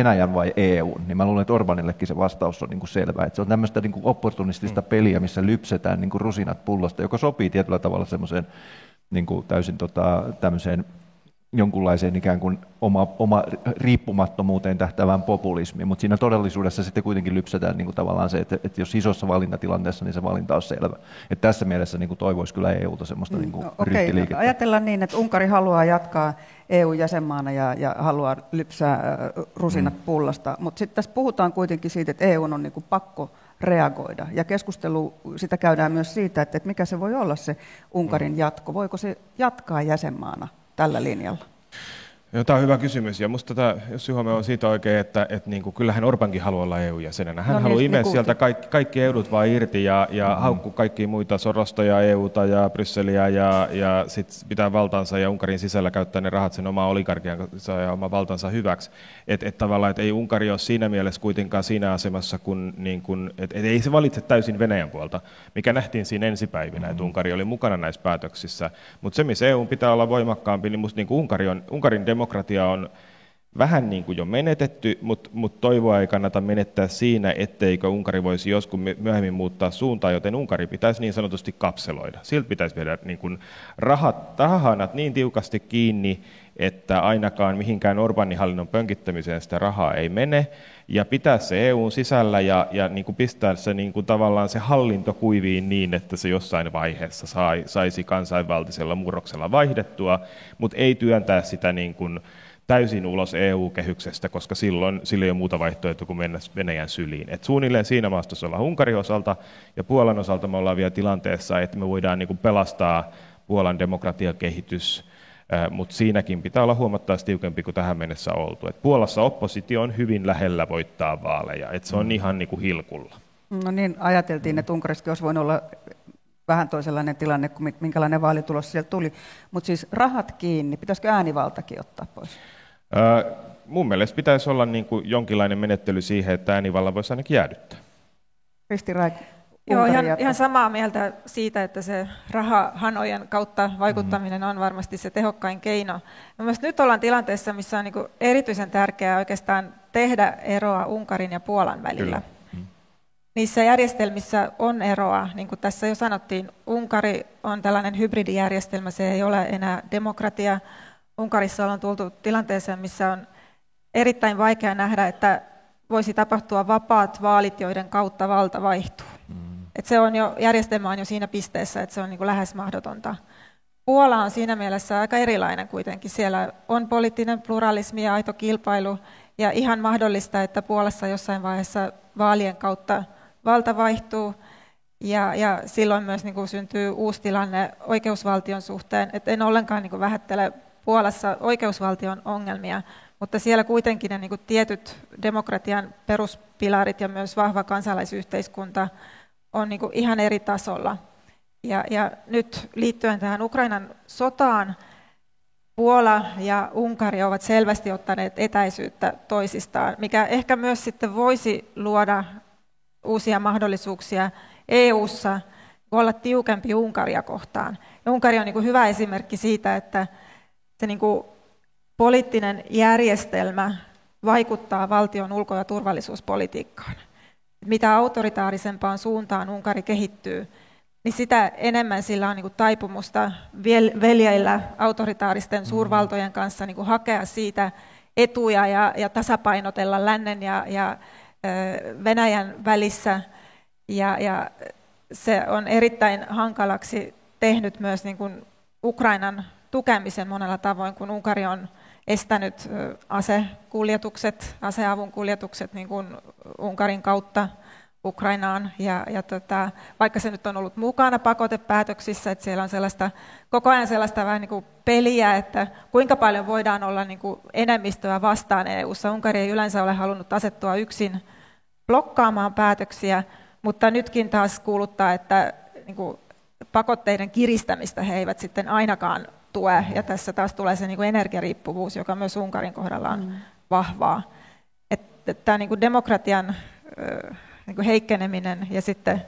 Venäjän vai E U:n, niin mä luulen, että Orbanillekin se vastaus on niin kuin selvä. Että se on tämmöistä niin kuin opportunistista peliä, missä lypsetään niin kuin rusinat pullosta, joka sopii tietyllä tavalla semmoiseen niin kuin täysin tota, tämmöiseen jonkunlaiseen ikään kuin oma, oma riippumattomuuteen tähtäävään populismiin, mutta siinä todellisuudessa sitten kuitenkin lypsetään niin kuin tavallaan se, että, että jos isossa valintatilanteessa, niin se valinta on selvä. Että tässä mielessä niin kuin toivoisi kyllä E U:ta semmoista niin kuin no, ryhtiliikettä. Okei, ajatellaan niin, että Unkari haluaa jatkaa E U-jäsenmaana ja, ja haluaa lypsää rusinat mm. pullasta, mutta sitten tässä puhutaan kuitenkin siitä, että E U:n on niin kuin pakko reagoida. Ja keskustelu sitä käydään myös siitä, että, että mikä se voi olla se Unkarin jatko. Voiko se jatkaa jäsenmaana tällä linjalla? Joo, tämä on hyvä kysymys, ja minusta tämä, jos Juha on siitä oikein, että, että niin kuin, kyllähän Orbankin haluaa olla E U-jäsenenä. Hän no, haluaa niin, imeä niin sieltä kaikki, kaikki edut vaan irti ja, ja mm-hmm. haukkuu kaikkia muita Sorosta ja E U:ta ja Brysseliä ja, ja sitten pitää valtansa ja Unkarin sisällä käyttää ne rahat sen omaa oligarkiansa ja oman valtansa hyväksi. Että et tavallaan, että ei Unkari ole siinä mielessä kuitenkaan siinä asemassa, kun, niin kun, että et ei se valitse täysin Venäjän puolta, mikä nähtiin siinä ensipäivinä, mm-hmm. että Unkari oli mukana näissä päätöksissä. Mutta se, missä E U pitää olla voimakkaampi, niin minusta niin Unkari on, Unkarin demokratia on vähän niin kuin jo menetetty, mutta, mutta toivoa ei kannata menettää siinä, etteikö Unkari voisi joskus myöhemmin muuttaa suuntaa, joten Unkari pitäisi niin sanotusti kapseloida. Siltä pitäisi viedä niin kuin rahat, rahanat niin tiukasti kiinni, että ainakaan mihinkään Orbanin hallinnon pönkittämiseen sitä rahaa ei mene, ja pitää se E U:n sisällä ja, ja niin kuin pistää se niin kuin tavallaan se hallinto kuiviin niin, että se jossain vaiheessa sai, saisi kansainvälisellä murroksella vaihdettua, mutta ei työntää sitä niin kuin täysin ulos E U-kehyksestä, koska silloin sillä ei ole muuta vaihtoehtoa kuin mennä Venäjän syliin. Et suunnilleen siinä maastossa ollaan Unkarin osalta, ja Puolan osalta me ollaan vielä tilanteessa, että me voidaan niin kuin pelastaa Puolan demokratiakehitys, mutta siinäkin pitää olla huomattavasti tiukempi kuin tähän mennessä oltu. Et Puolassa oppositio on hyvin lähellä voittaa vaaleja, että se on ihan niin kuin hilkulla. No niin, ajateltiin, että Unkarissakin olisi voinut olla vähän toisenlainen tilanne kuin minkälainen vaalitulos sieltä tuli. Mutta siis rahat kiinni, pitäisikö äänivaltakin ottaa pois? Öö, mun mielestä pitäisi olla niin kuin jonkinlainen menettely siihen, että äänivallan voisi ainakin jäädyttää. Kristi Raik, Joo, ihan, ihan samaa mieltä siitä, että se rahahanojen kautta vaikuttaminen on varmasti se tehokkain keino. Mielestäni nyt ollaan tilanteessa, missä on niin kuin erityisen tärkeää oikeastaan tehdä eroa Unkarin ja Puolan välillä. Kyllä. Niissä järjestelmissä on eroa, niin kuin tässä jo sanottiin, Unkari on tällainen hybridijärjestelmä, se ei ole enää demokratia. Unkarissa on tultu tilanteeseen, missä on erittäin vaikea nähdä, että voisi tapahtua vapaat vaalit, joiden kautta valta vaihtuu. Mm. Et se on jo, järjestelmä on jo siinä pisteessä, että se on niin kuin lähes mahdotonta. Puola on siinä mielessä aika erilainen kuitenkin. Siellä on poliittinen pluralismi ja aito kilpailu, ja ihan mahdollista, että Puolassa jossain vaiheessa vaalien kautta valta vaihtuu, ja, ja silloin myös niin kuin syntyy uusi tilanne oikeusvaltion suhteen. Et en ollenkaan niin kuin vähättele Puolassa oikeusvaltion ongelmia, mutta siellä kuitenkin ne niin kuin tietyt demokratian peruspilarit ja myös vahva kansalaisyhteiskunta on niin kuin ihan eri tasolla. Ja, ja nyt liittyen tähän Ukrainan sotaan, Puola ja Unkari ovat selvästi ottaneet etäisyyttä toisistaan, mikä ehkä myös sitten voisi luoda uusia mahdollisuuksia E U:ssa olla tiukempi Unkaria kohtaan. Ja Unkari on niin kuin hyvä esimerkki siitä, että se niin kuin poliittinen järjestelmä vaikuttaa valtion ulko- ja turvallisuuspolitiikkaan. Mitä autoritaarisempaan suuntaan Unkari kehittyy, niin sitä enemmän sillä on niin kuin taipumusta veljeillä autoritaaristen suurvaltojen kanssa niin kuin hakea siitä etuja ja, ja tasapainotella lännen ja, ja Venäjän välissä. Ja, ja se on erittäin hankalaksi tehnyt myös niin kuin Ukrainan tukemisen monella tavoin, kun Unkari on estänyt asekuljetukset, aseavun kuljetukset niin kuin Unkarin kautta Ukrainaan. Ja, ja tota, vaikka se nyt on ollut mukana pakotepäätöksissä, että siellä on sellaista, koko ajan sellaista vähän niin kuin peliä, että kuinka paljon voidaan olla niin kuin enemmistöä vastaan E U:ssa. Unkari ei yleensä ole halunnut asettua yksin blokkaamaan päätöksiä, mutta nytkin taas kuuluttaa, että niin kuin pakotteiden kiristämistä he eivät sitten ainakaan tue. Ja tässä taas tulee se niin kuin energiariippuvuus, joka myös Unkarin kohdalla on mm. vahvaa. Että tämä niin kuin demokratian niin kuin heikkeneminen ja sitten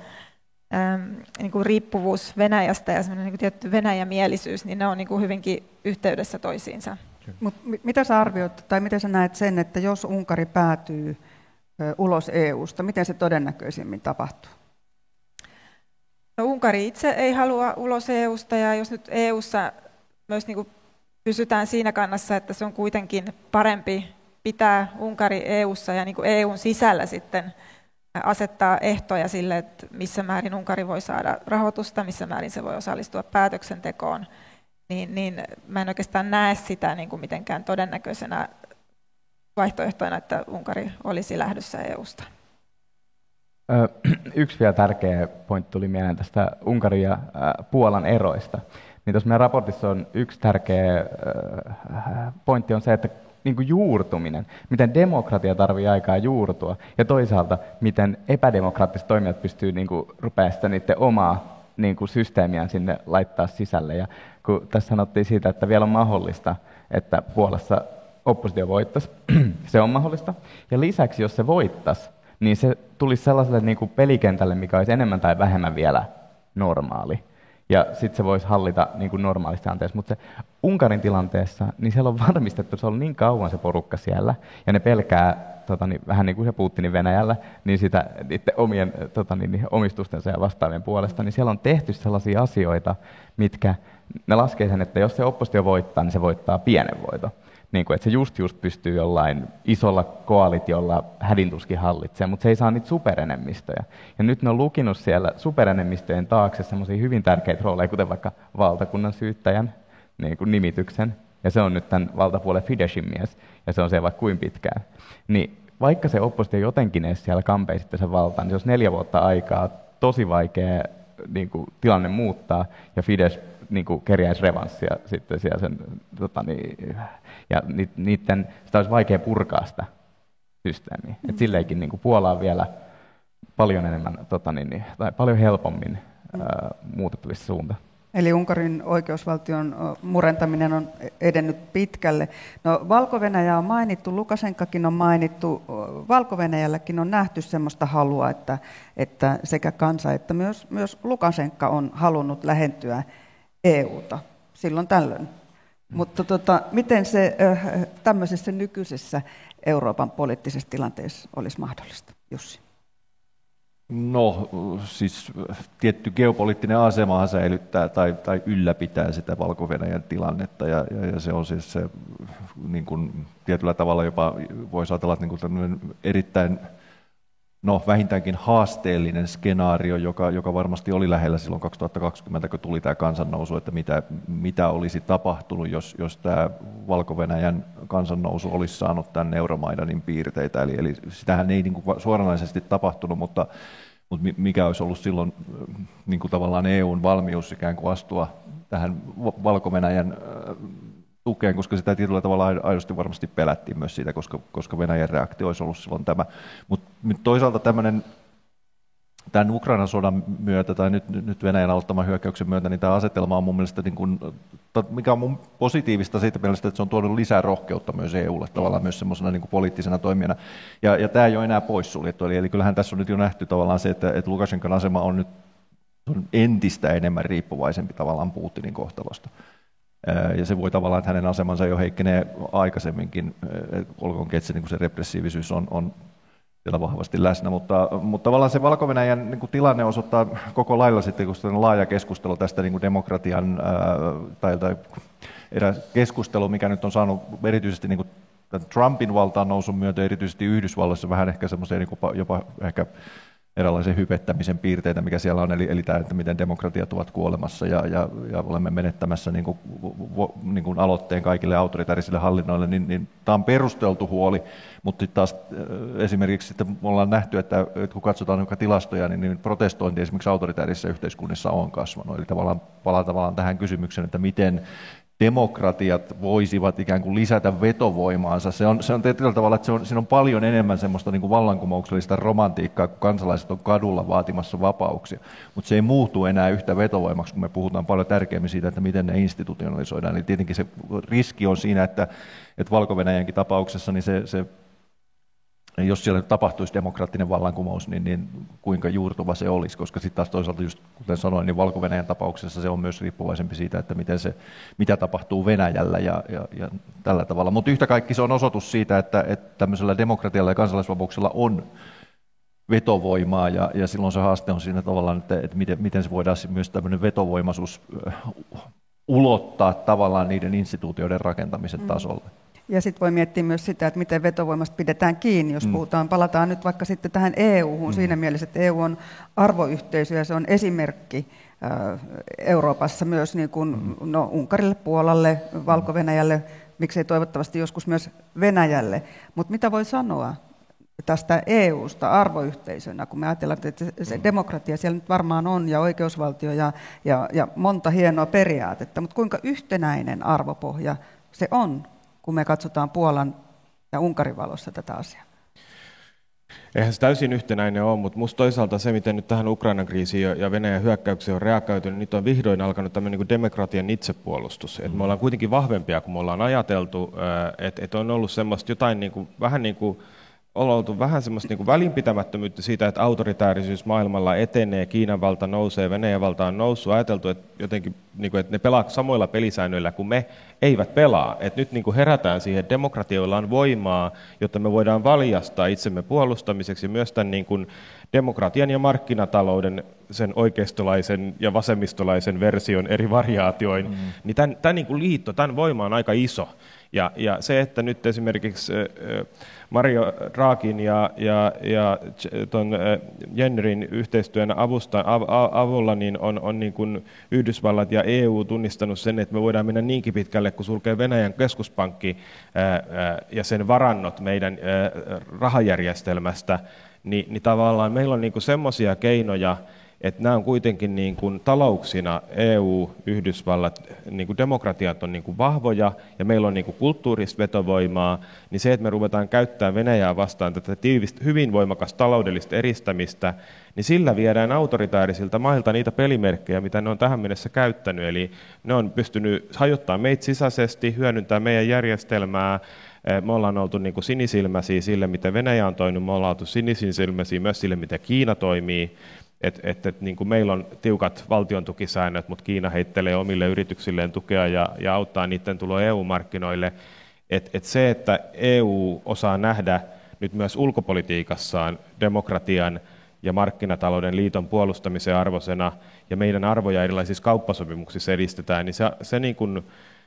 äm, niin kuin riippuvuus Venäjästä ja semmoinen niin kuin tietty Venäjämielisyys, niin ne on niin kuin hyvinkin yhteydessä toisiinsa. Mut mitä sä arvioit, tai miten sä näet sen, että jos Unkari päätyy ulos E U:sta, miten se todennäköisimmin tapahtuu? No, Unkari itse ei halua ulos E U:sta, ja jos nyt E U:ssa myös niin kuin pysytään siinä kannassa, että se on kuitenkin parempi pitää Unkari E U:ssa ja niin kuin E U:n sisällä sitten asettaa ehtoja sille, että missä määrin Unkari voi saada rahoitusta, missä määrin se voi osallistua päätöksentekoon, niin, niin mä en oikeastaan näe sitä niin kuin mitenkään todennäköisenä vaihtoehtoina, että Unkari olisi lähdössä E U:sta. Yksi vielä tärkeä pointti tuli mieleen tästä Unkarin ja Puolan eroista. Niin tuossa meidän raportissa on yksi tärkeä pointti on se, että niin kuin juurtuminen, miten demokratia tarvitsee aikaa juurtua, ja toisaalta miten epädemokraattiset toimijat pystyy niin kuin rupeaa sitä niiden omaa niin kuin systeemiään sinne laittaa sisälle. Ja kun tässä sanottiin siitä, että vielä on mahdollista, että Puolassa oppositio voittaisi, se on mahdollista. Ja lisäksi, jos se voittaisi, niin se tulisi sellaiselle niin kuin pelikentälle, mikä olisi enemmän tai vähemmän vielä normaali. Ja sitten se voisi hallita niin kuin normaalissa tilanteessa. Mutta se Unkarin tilanteessa, niin siellä on varmistettu, että se on ollut niin kauan se porukka siellä, ja ne pelkää, tota, niin, vähän niin kuin se Putinin Venäjällä, niin sitä niiden omien tota, niin, omistustensa ja vastaavien puolesta, niin siellä on tehty sellaisia asioita, mitkä ne laskee sen, että jos se oppositio voittaa, niin se voittaa pienen voiton. Niin kuin, että se just just pystyy jollain isolla koalitiolla hädintuskin hallitsee, mutta se ei saa niitä superenemmistöjä. Ja nyt ne on lukinut siellä superenemmistöjen taakse semmoisia hyvin tärkeitä rooleja, kuten vaikka valtakunnan syyttäjän niin kuin nimityksen, ja se on nyt tämän valtapuolen Fideshin mies, ja se on siellä vaikka kuin pitkään. Niin vaikka se oppositio jotenkin edes siellä kampei sitten sen valtaan, niin se olisi neljä vuotta aikaa, tosi vaikea niin kuin, tilanne muuttaa, ja Fidesz niin kuin kerjäisi revanssia sitten siellä sen, tota, niin, ja niiden, sitä olisi vaikea purkaa sitä systeemiä. Mm. Et silleenkin niin kuin Puola on vielä paljon enemmän, tota, niin, tai paljon helpommin mm. ää, muutettavissa suuntaan. Eli Unkarin oikeusvaltion murentaminen on edennyt pitkälle. No, Valko-Venäjä on mainittu, Lukašenkakin on mainittu. Valko-Venäjälläkin on nähty sellaista halua, että, että sekä kansa että myös, myös Lukašenka on halunnut lähentyä E U:ta silloin tällöin. Mm. Mutta tota, miten se äh, tämmöisessä nykyisessä Euroopan poliittisessa tilanteessa olisi mahdollista, Jussi? No siis tietty geopoliittinen asemahan säilyttää tai, tai ylläpitää sitä Valko-Venäjän tilannetta, ja, ja, ja se on siis se niin kuin, tietyllä tavalla jopa voisi ajatella, että niin kuin erittäin no, vähintäänkin haasteellinen skenaario, joka, joka varmasti oli lähellä silloin kaksituhattakaksikymmentä, kun tuli tämä kansannousu, että mitä, mitä olisi tapahtunut, jos, jos tämä Valko-Venäjän kansannousu olisi saanut tämän Euromaidanin piirteitä. Eli, eli sitähän ei niin kuin suoranaisesti tapahtunut, mutta, mutta mikä olisi ollut silloin niin kuin tavallaan E U:n valmius ikään kuin astua tähän Valko-Venäjän tukeen, koska sitä tietyllä tavalla aidosti varmasti pelättiin myös siitä, koska, koska Venäjän reaktio olisi ollut silloin tämä. Mutta toisaalta tämmöinen, tämän Ukrainan sodan myötä tai nyt, nyt Venäjän aloittaman hyökkäyksen myötä, niin tämä asetelma on mun mielestä, niin kuin, mikä on mun positiivista siitä mielestä, että se on tuonut lisää rohkeutta myös E U:lle tavallaan myös semmoisena niin kuin poliittisena toimijana. Ja, ja tämä ei ole enää poissuljettu. Eli, eli kyllähän tässä on nyt jo nähty tavallaan se, että, että Lukašenkan asema on nyt on entistä enemmän riippuvaisempi tavallaan Putinin kohtalosta. Ja se voi tavallaan, että hänen asemansa jo heikkenee aikaisemminkin, olkoonkin, että se, niin kuin se repressiivisyys on, on siellä vahvasti läsnä, mutta, mutta tavallaan se Valko-Venäjän niin kuin tilanne osoittaa koko lailla sitten, kun on laaja keskustelu tästä niin kuin demokratian ää, tai, tai eräs keskustelu, mikä nyt on saanut erityisesti niin kuin Trumpin valtaan nousun myötä, erityisesti Yhdysvalloissa vähän ehkä semmoisia niin kuin jopa ehkä eräänlaisen hypettämisen piirteitä, mikä siellä on, eli, eli tämä, että miten demokratiat ovat kuolemassa ja, ja, ja olemme menettämässä niin kuin, vo, niin kuin aloitteen kaikille autoritaarisille hallinnoille, niin, niin tämä on perusteltu huoli, mutta sitten taas esimerkiksi sitten me ollaan nähty, että, että kun katsotaan tilastoja, niin, niin protestointi esimerkiksi autoritaarisissa yhteiskunnissa on kasvanut, eli tavallaan palaa tavallaan tähän kysymykseen, että miten demokratiat voisivat ikään kuin lisätä vetovoimaansa. Se on, se on tietyllä tavalla, että se on, siinä on paljon enemmän semmoista niin kuin vallankumouksellista romantiikkaa, kun kansalaiset on kadulla vaatimassa vapauksia. Mutta se ei muutu enää yhtä vetovoimaksi, kun me puhutaan paljon tärkeämmin siitä, että miten ne institutionalisoidaan. Eli tietenkin se riski on siinä, että, että Valko-Venäjänkin tapauksessa niin se, se jos siellä tapahtuisi demokraattinen vallankumous, niin, niin kuinka juurtuva se olisi, koska sitten taas toisaalta, just kuten sanoin, niin Valko-Venäjän tapauksessa se on myös riippuvaisempi siitä, että miten se, mitä tapahtuu Venäjällä ja, ja, ja tällä tavalla. Mutta yhtä kaikki se on osoitus siitä, että, että tämmöisellä demokratialla ja kansalaisvapauksella on vetovoimaa, ja, ja silloin se haaste on siinä tavallaan, että, että miten, miten se voidaan myös tämmöinen vetovoimaisuus ulottaa tavallaan niiden instituutioiden rakentamisen tasolle. Ja sitten voi miettiä myös sitä, että miten vetovoimasta pidetään kiinni, jos mm. puhutaan, palataan nyt vaikka sitten tähän E U-hun mm. siinä mielessä, että E U on arvoyhteisö ja se on esimerkki äh, Euroopassa myös niin kuin, mm. no, Unkarille, Puolalle, Valko-Venäjälle, miksei toivottavasti joskus myös Venäjälle. Mutta mitä voi sanoa tästä E U:sta arvoyhteisönä, kun me ajatellaan, että se demokratia siellä nyt varmaan on ja oikeusvaltio ja, ja, ja monta hienoa periaatetta, mutta kuinka yhtenäinen arvopohja se on, kun me katsotaan Puolan ja Unkarin valossa tätä asiaa? Eihän se täysin yhtenäinen ole, mutta minusta toisaalta se, miten nyt tähän Ukrainan kriisiin ja Venäjän hyökkäykseen on reagoitu, niin nyt on vihdoin alkanut tämmöinen niin demokratian itsepuolustus. Et me ollaan kuitenkin vahvempia kuin me ollaan ajateltu, että et on ollut semmoista jotain niin kuin, vähän niin kuin on oltu vähän semmoista niin kuin välinpitämättömyyttä siitä, että autoritäärisyys maailmalla etenee, Kiinan valta nousee, Venäjän valta on noussut, ajateltu, että jotenkin niin kuin, että ne pelaa samoilla pelisäännöillä kuin me, eivät pelaa. Että nyt niin kuin herätään siihen, että demokratioilla on voimaa, jotta me voidaan valjastaa itsemme puolustamiseksi ja myös tämän niin kuin demokratian ja markkinatalouden, sen oikeistolaisen ja vasemmistolaisen version eri variaatioin, mm. niin tämän, tämän niin kuin liitto, tämän voima on aika iso. Ja, ja se, että nyt esimerkiksi Mario Draghin ja, ja, ja ton Jennerin yhteistyön avusta, av, avulla niin on, on niin kuin Yhdysvallat ja E U tunnistanut sen, että me voidaan mennä niinkin pitkälle, kun sulkee Venäjän keskuspankki ää, ää, ja sen varannot meidän ää, rahajärjestelmästä, niin, niin tavallaan meillä on niin kuin semmoisia keinoja, että nämä on kuitenkin niin kuin talouksina E U, Yhdysvallat, niin kuin demokratiat on niin kuin vahvoja ja meillä on niin kuin kulttuurista vetovoimaa, niin se, että me ruvetaan käyttämään Venäjää vastaan tätä tiivistä, hyvin voimakasta taloudellista eristämistä, niin sillä viedään autoritäärisiltä mailta niitä pelimerkkejä, mitä ne on tähän mennessä käyttänyt. Eli ne on pystynyt hajottamaan meitä sisäisesti, hyödyntämään meidän järjestelmää. Me ollaan oltu niin kuin sinisilmäisiä sille, miten Venäjä on toiminut, me ollaan oltu sinisilmäisiä myös sille, miten Kiina toimii. Että et, et, niin kuin meillä on tiukat valtion tukisäännöt, mutta Kiina heittelee omille yrityksilleen tukea ja, ja auttaa niiden tuloa E U-markkinoille. Et, et se, että E U osaa nähdä nyt myös ulkopolitiikassaan demokratian ja markkinatalouden liiton puolustamisen arvoisena ja meidän arvoja erilaisissa kauppasopimuksissa edistetään, niin se, se, niin kuin,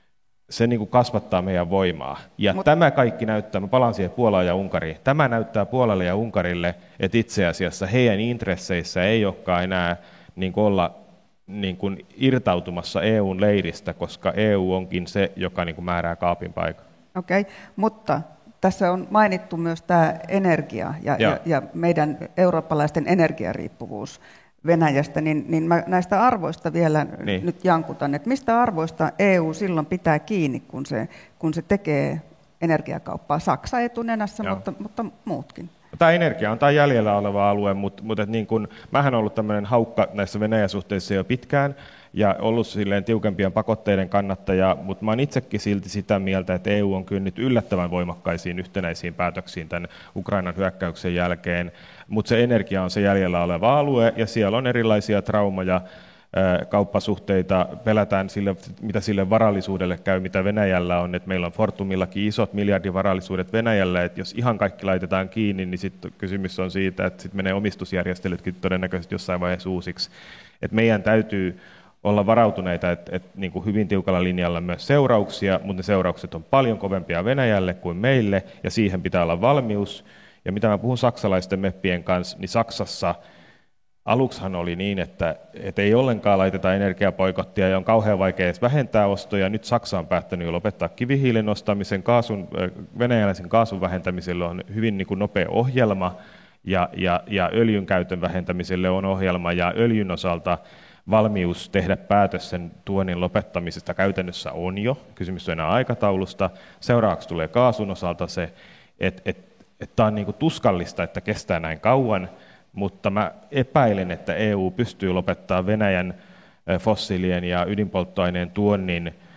se niin kuin kasvattaa meidän voimaa. Ja Mut... tämä kaikki näyttää, mä palaan siihen Puolaan ja Unkariin, tämä näyttää Puolalle ja Unkarille, että itse asiassa heidän intresseissä ei olekaan enää niin kuin olla niin kuin irtautumassa E U:n leiristä, koska E U onkin se, joka niin kuin määrää kaapin paikan. Okei, okay, mutta tässä on mainittu myös tämä energia ja, ja, ja meidän eurooppalaisten energiariippuvuus Venäjästä, niin, niin mä näistä arvoista vielä niin. nyt jankutan, että mistä arvoista E U silloin pitää kiinni, kun se, kun se tekee energiakauppaa? Saksa etunenässä, mutta, mutta muutkin. Tämä energia on tämä jäljellä oleva alue, mutta, mutta niin kun, mähän olen ollut tämmöinen haukka näissä Venäjän suhteissa jo pitkään ja ollut silleen tiukempien pakotteiden kannattaja, mutta mä olen itsekin silti sitä mieltä, että E U on kyllä nyt yllättävän voimakkaisiin yhtenäisiin päätöksiin tämän Ukrainan hyökkäyksen jälkeen, mutta se energia on se jäljellä oleva alue ja siellä on erilaisia traumaja, kauppasuhteita, pelätään sille, mitä sille varallisuudelle käy, mitä Venäjällä on, että meillä on Fortumillakin isot miljardivarallisuudet Venäjällä, että jos ihan kaikki laitetaan kiinni, niin sitten kysymys on siitä, että sitten menee omistusjärjestelytkin todennäköisesti jossain vaiheessa uusiksi. Että meidän täytyy olla varautuneita, että, että niin kuin hyvin tiukalla linjalla myös seurauksia, mutta ne seuraukset on paljon kovempia Venäjälle kuin meille, ja siihen pitää olla valmius. Ja mitä mä puhun saksalaisten meppien kanssa, niin Saksassa aluksihan oli niin, että, että ei ollenkaan laiteta energiapoikottia ja on kauhean vaikea edes vähentää ostoja. Nyt Saksa on päättänyt jo lopettaa kivihiilen ostamisen, kaasun, venäläisen kaasun vähentämiselle on hyvin niin kuin nopea ohjelma ja, ja, ja öljyn käytön vähentämiselle on ohjelma ja öljyn osalta valmius tehdä päätös sen tuonnin lopettamisesta käytännössä on jo. Kysymys on enää aikataulusta. Seuraavaksi tulee kaasun osalta se, että et, et tämä on niin kuin tuskallista, että kestää näin kauan, mutta mä epäilen, että E U pystyy lopettamaan Venäjän fossiilien ja ydinpolttoaineen tuonnin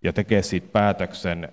ja tekee siitä päätöksen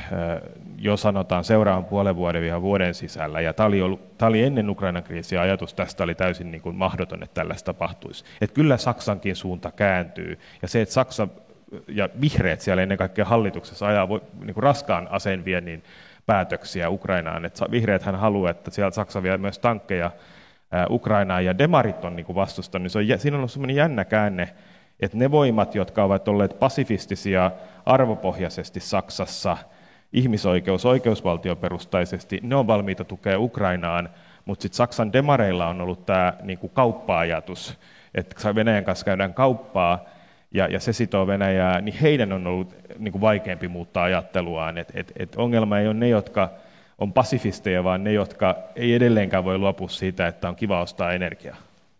jo sanotaan seuraavan puolen vuoden ja vuoden sisällä. Ja tämä oli, ollut, tämä oli ennen Ukrainan kriisiä, ajatus tästä oli täysin niin kuin mahdoton, että tällaista tapahtuisi. Että kyllä Saksankin suunta kääntyy. Ja se, että Saksa ja vihreät siellä ennen kaikkea hallituksessa ajaa niin kuin raskaan aseenviennin päätöksiä Ukrainaan. Että vihreäthän haluaa, että sieltä Saksa vie myös tankkeja Ukrainaan ja demarit on niin kuin vastustanut. Niin se on, siinä on ollut sellainen jännä käänne, että ne voimat, jotka ovat olleet pasifistisia arvopohjaisesti Saksassa, ihmisoikeus, oikeusvaltioperustaisesti, ne on valmiita tukea Ukrainaan, mutta sitten Saksan demareilla on ollut tämä niin kuin kauppa-ajatus, että Venäjän kanssa käydään kauppaa, ja, ja se sitoo Venäjää, niin heidän on ollut niin kuin vaikeampi muuttaa ajatteluaan. Et, et, et ongelma ei ole ne, jotka on pasifisteja, vaan ne, jotka ei edelleenkään voi luopua siitä, että on kiva ostaa energiaa.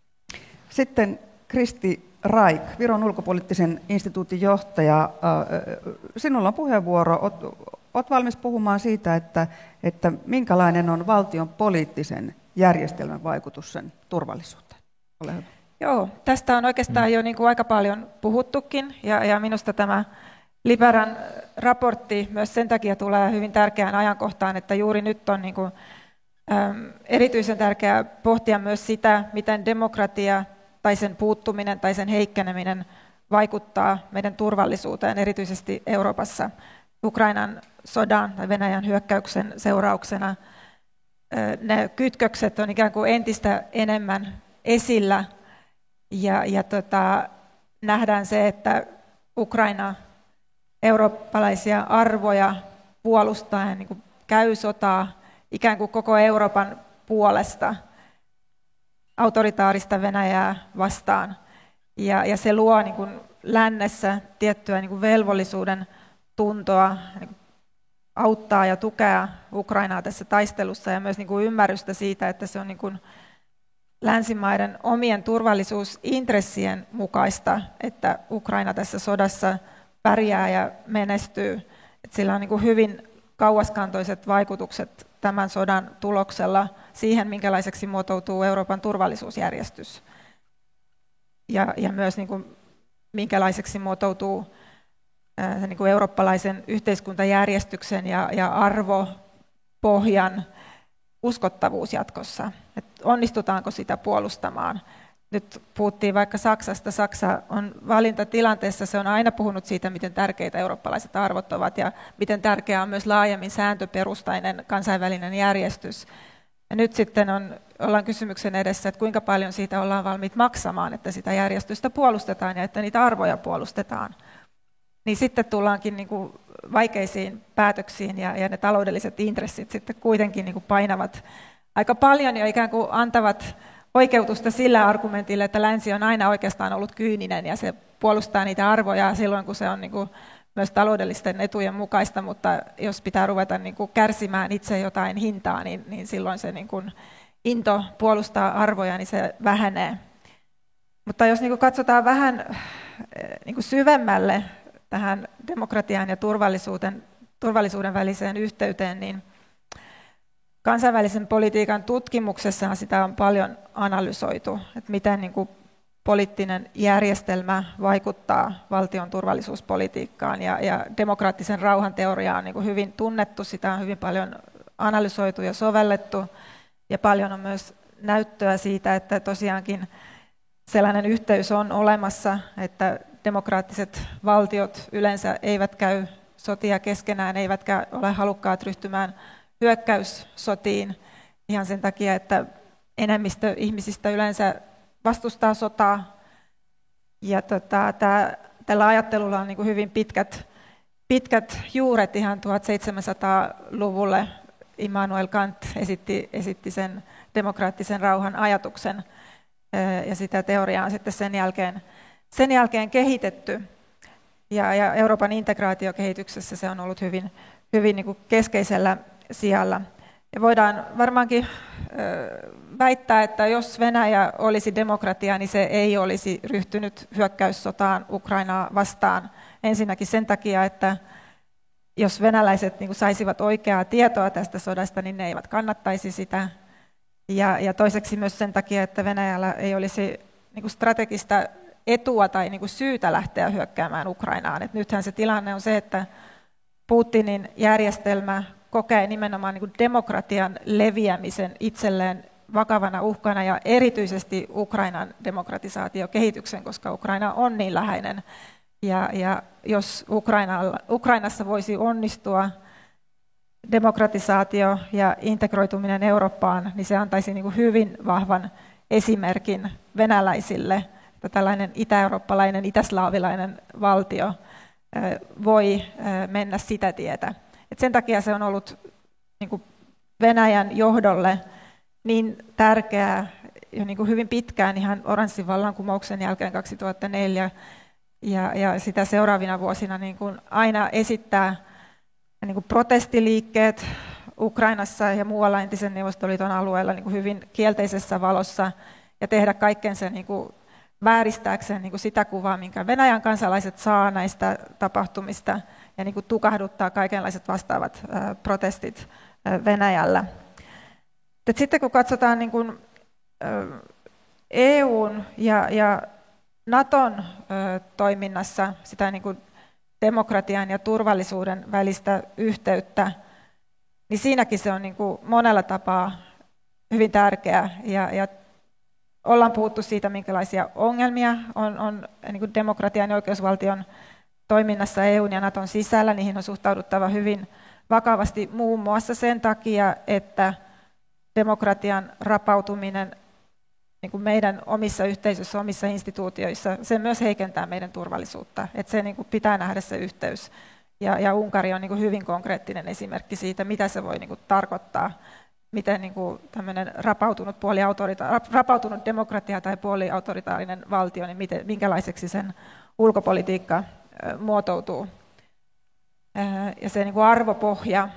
Sitten Kristi Raik, Viron ulkopoliittisen instituutin johtaja. Sinulla on puheenvuoro. Olet, olet valmis puhumaan siitä, että, että minkälainen on valtion poliittisen järjestelmän vaikutus sen turvallisuuteen. Ole hyvä. Joo, tästä on oikeastaan jo niin kuin aika paljon puhuttukin, ja, ja minusta tämä Liberan raportti myös sen takia tulee hyvin tärkeään ajankohtaan, että juuri nyt on niin kuin, äm, erityisen tärkeää pohtia myös sitä, miten demokratia tai sen puuttuminen tai sen heikkeneminen vaikuttaa meidän turvallisuuteen, erityisesti Euroopassa. Ukrainan sodan tai Venäjän hyökkäyksen seurauksena ä, ne kytkökset on ikään kuin entistä enemmän esillä, ja, ja tota, nähdään se, että Ukraina eurooppalaisia arvoja puolustaen niin kuin käy sotaa ikään kuin koko Euroopan puolesta autoritaarista Venäjää vastaan. Ja, ja se luo niin kuin lännessä tiettyä niin kuin velvollisuuden tuntoa niin kuin auttaa ja tukea Ukrainaa tässä taistelussa, ja myös niin kuin ymmärrystä siitä, että se on niin kuin länsimaiden omien turvallisuusintressien mukaista, että Ukraina tässä sodassa pärjää ja menestyy. Että sillä on niin kuin hyvin kauaskantoiset vaikutukset tämän sodan tuloksella siihen, minkälaiseksi muotoutuu Euroopan turvallisuusjärjestys. Ja, ja myös niin kuin, minkälaiseksi muotoutuu ää, niin kuin eurooppalaisen yhteiskuntajärjestyksen ja, ja arvopohjan uskottavuus jatkossa. Et onnistutaanko sitä puolustamaan? Nyt puhuttiin vaikka Saksasta. Saksa on valintatilanteessa, se on aina puhunut siitä, miten tärkeitä eurooppalaiset arvot ovat ja miten tärkeää on myös laajemmin sääntöperustainen kansainvälinen järjestys. Ja nyt sitten on, ollaan kysymyksen edessä, että kuinka paljon siitä ollaan valmiit maksamaan, että sitä järjestystä puolustetaan ja että niitä arvoja puolustetaan. Niin sitten tullaankin niin kuin vaikeisiin päätöksiin, ja, ja ne taloudelliset intressit sitten kuitenkin niin kuin painavat aika paljon ja ikään kuin antavat oikeutusta sillä argumentille, että länsi on aina oikeastaan ollut kyyninen ja se puolustaa niitä arvoja silloin, kun se on niin kuin myös taloudellisten etujen mukaista, mutta jos pitää ruveta niin kuin kärsimään itse jotain hintaa, niin, niin silloin se niin kuin into puolustaa arvoja, niin se vähenee. Mutta jos niin kuin katsotaan vähän niin kuin syvemmälle tähän demokratian ja turvallisuuden, turvallisuuden väliseen yhteyteen, niin kansainvälisen politiikan tutkimuksessahan sitä on paljon analysoitu, että miten niin kuin poliittinen järjestelmä vaikuttaa valtion turvallisuuspolitiikkaan, ja, ja demokraattisen rauhan teoria on niin kuin hyvin tunnettu, sitä on hyvin paljon analysoitu ja sovellettu, ja paljon on myös näyttöä siitä, että tosiaankin sellainen yhteys on olemassa, että demokraattiset valtiot yleensä eivät käy sotia keskenään, eivätkä ole halukkaat ryhtymään hyökkäyssotiin ihan sen takia, että enemmistö ihmisistä yleensä vastustaa sotaa. Ja tota, tää, tällä ajattelulla on niin kuin hyvin pitkät, pitkät juuret ihan tuhatseitsemänsataaluvulle. Immanuel Kant esitti, esitti sen demokraattisen rauhan ajatuksen, ja sitä teoriaa on sitten sen jälkeen, sen jälkeen kehitetty. Ja, ja Euroopan integraatiokehityksessä se on ollut hyvin, hyvin niin kuin keskeisellä sijalla. Ja voidaan varmaankin väittää, että jos Venäjä olisi demokratia, niin se ei olisi ryhtynyt hyökkäyssotaan Ukrainaa vastaan. Ensinnäkin sen takia, että jos venäläiset niin kuin saisivat oikeaa tietoa tästä sodasta, niin ne eivät kannattaisi sitä. Ja, ja toiseksi myös sen takia, että Venäjällä ei olisi niin kuin strategista etua tai niin kuin syytä lähteä hyökkäämään Ukrainaan. Et nythän se tilanne on se, että Putinin järjestelmä kokee nimenomaan niin kuin demokratian leviämisen itselleen vakavana uhkana ja erityisesti Ukrainan demokratisaatiokehityksen, koska Ukraina on niin läheinen. Ja, ja jos Ukraina, Ukrainassa voisi onnistua demokratisaatio ja integroituminen Eurooppaan, niin se antaisi niin kuin hyvin vahvan esimerkin venäläisille, että tällainen itä-eurooppalainen, itäslaavilainen valtio voi mennä sitä tietä. Et sen takia se on ollut niin kuin Venäjän johdolle niin tärkeää jo niin kuin hyvin pitkään ihan oranssin vallankumouksen jälkeen kaksituhattaneljä ja, ja sitä seuraavina vuosina niin kuin aina esittää niin kuin protestiliikkeet Ukrainassa ja muualla entisen Neuvostoliiton alueella niin kuin hyvin kielteisessä valossa ja tehdä kaikkensa niin kuin vääristääkseen niin kuin sitä kuvaa, minkä Venäjän kansalaiset saa näistä tapahtumista ja niin kuin tukahduttaa kaikenlaiset vastaavat ää, protestit ää, Venäjällä. Et sitten kun katsotaan niin kuin, ää, E U:n ja, ja Naton ää, toiminnassa sitä niin kuin demokratian ja turvallisuuden välistä yhteyttä, niin siinäkin se on niin kuin monella tapaa hyvin tärkeä. Ja, ja ollaan puhuttu siitä, minkälaisia ongelmia on, on niin kuin demokratian ja oikeusvaltion toiminnassa E U:n ja Naton sisällä. Niihin on suhtauduttava hyvin vakavasti muun muassa sen takia, että demokratian rapautuminen niin kuin meidän omissa yhteisöissä, omissa instituutioissa, se myös heikentää meidän turvallisuutta. Että se niin kuin pitää nähdä se yhteys. Ja, ja Unkari on niin kuin hyvin konkreettinen esimerkki siitä, mitä se voi niin kuin tarkoittaa, miten niin kuin tämmöinen rapautunut, puoliautorita- rapautunut demokratia tai puoliautoritaarinen valtio, niin miten, minkälaiseksi sen ulkopolitiikka muotoutuu. Ja se niin kuin arvopohja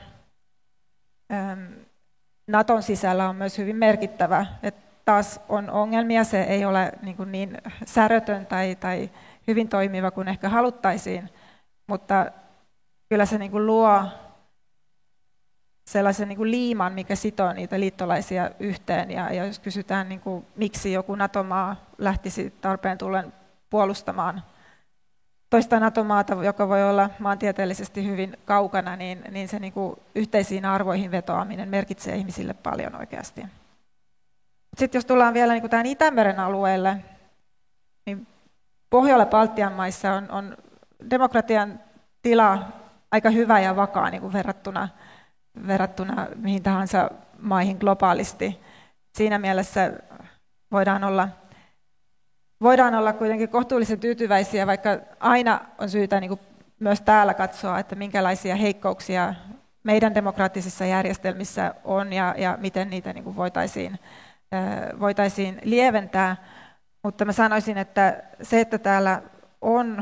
Naton sisällä on myös hyvin merkittävä. Että taas on ongelmia, se ei ole niin, kuin niin särötön tai, tai hyvin toimiva kuin ehkä haluttaisiin, mutta kyllä se niin kuin luo sellaisen niin kuin liiman, mikä sitoo niitä liittolaisia yhteen. Ja, ja jos kysytään, niin kuin, miksi joku NATO-maa lähtisi tarpeen tullen puolustamaan toista NATO-maata, joka voi olla maantieteellisesti hyvin kaukana, niin, niin se niin kuin yhteisiin arvoihin vetoaminen merkitsee ihmisille paljon oikeasti. Sitten jos tullaan vielä niin kuin tähän Itämeren alueelle, niin Pohjola-Baltian maissa on, on demokratian tila aika hyvä ja vakaa niin kuin verrattuna, verrattuna mihin tahansa maihin globaalisti. Siinä mielessä voidaan olla, voidaan olla kuitenkin kohtuullisen tyytyväisiä, vaikka aina on syytä niin kuin myös täällä katsoa, että minkälaisia heikkouksia meidän demokraattisissa järjestelmissä on ja, ja miten niitä niin kuin voitaisiin, voitaisiin lieventää. Mutta mä sanoisin, että se, että täällä on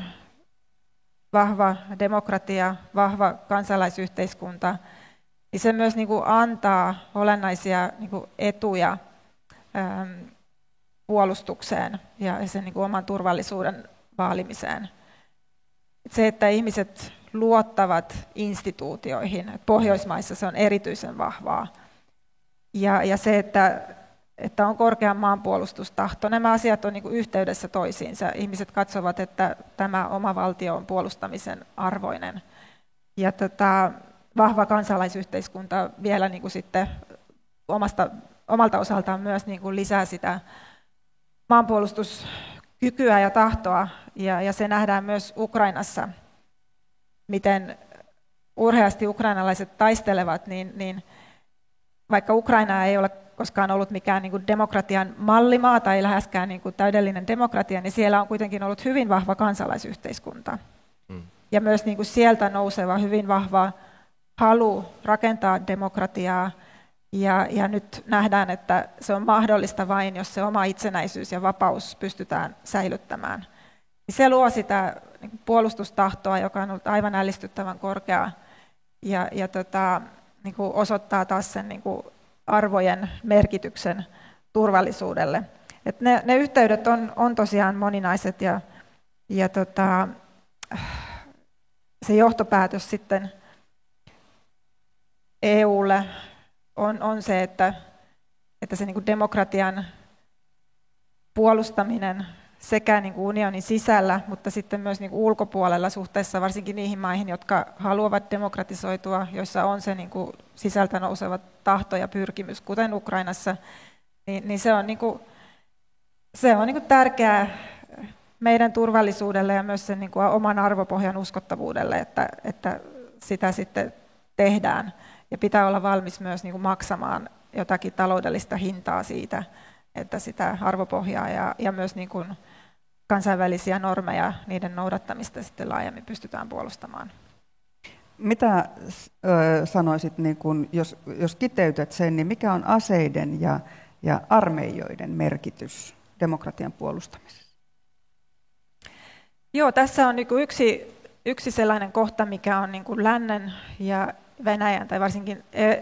vahva demokratia, vahva kansalaisyhteiskunta, niin se myös niin kuin antaa olennaisia niin kuin etuja ähm, puolustukseen ja sen niin kuin oman turvallisuuden vaalimiseen. Se, että ihmiset luottavat instituutioihin, Pohjoismaissa se on erityisen vahvaa. Ja, ja se, että, että on korkea maanpuolustustahto, nämä asiat on niin kuin yhteydessä toisiinsa. Ihmiset katsovat, että tämä oma valtio on puolustamisen arvoinen. Ja tota, vahva kansalaisyhteiskunta vielä niin kuin sitten omasta, omalta osaltaan myös niin kuin lisää sitä maanpuolustuskykyä ja tahtoa, ja, ja se nähdään myös Ukrainassa, miten urheasti ukrainalaiset taistelevat, niin, niin vaikka Ukraina ei ole koskaan ollut mikään niin kuin demokratian mallimaa tai läheskään niin kuin täydellinen demokratia, niin siellä on kuitenkin ollut hyvin vahva kansalaisyhteiskunta. Mm. Ja myös niin kuin sieltä nouseva hyvin vahva halu rakentaa demokratiaa, ja, ja nyt nähdään, että se on mahdollista vain, jos se oma itsenäisyys ja vapaus pystytään säilyttämään. Se luo sitä niin kuin puolustustahtoa, joka on ollut aivan ällistyttävän korkea, ja, ja tota, niin kuin osoittaa taas sen niin kuin arvojen merkityksen turvallisuudelle. Et ne, ne yhteydet on, on tosiaan moninaiset, ja, ja tota, se johtopäätös sitten E U:lle on, on se, että, että se niin kuin demokratian puolustaminen sekä niin kuin unionin sisällä, mutta sitten myös niin kuin ulkopuolella suhteessa varsinkin niihin maihin, jotka haluavat demokratisoitua, joissa on se niin kuin sisältä nouseva tahto ja pyrkimys, kuten Ukrainassa, niin, niin se on, niin kuin, se on niin kuin tärkeää meidän turvallisuudelle ja myös sen niin kuin oman arvopohjan uskottavuudelle, että, että sitä sitten tehdään. Ja pitää olla valmis myös niin kuin maksamaan jotakin taloudellista hintaa siitä, että sitä arvopohjaa ja, ja myös niin kuin kansainvälisiä normeja, niiden noudattamista sitten laajemmin pystytään puolustamaan. Mitä ö, sanoisit, niin kun, jos, jos kiteytät sen, niin mikä on aseiden ja, ja armeijoiden merkitys demokratian puolustamisessa? Joo, tässä on niin kuin yksi, yksi sellainen kohta, mikä on niin kuin lännen ja Venäjän, tai varsinkin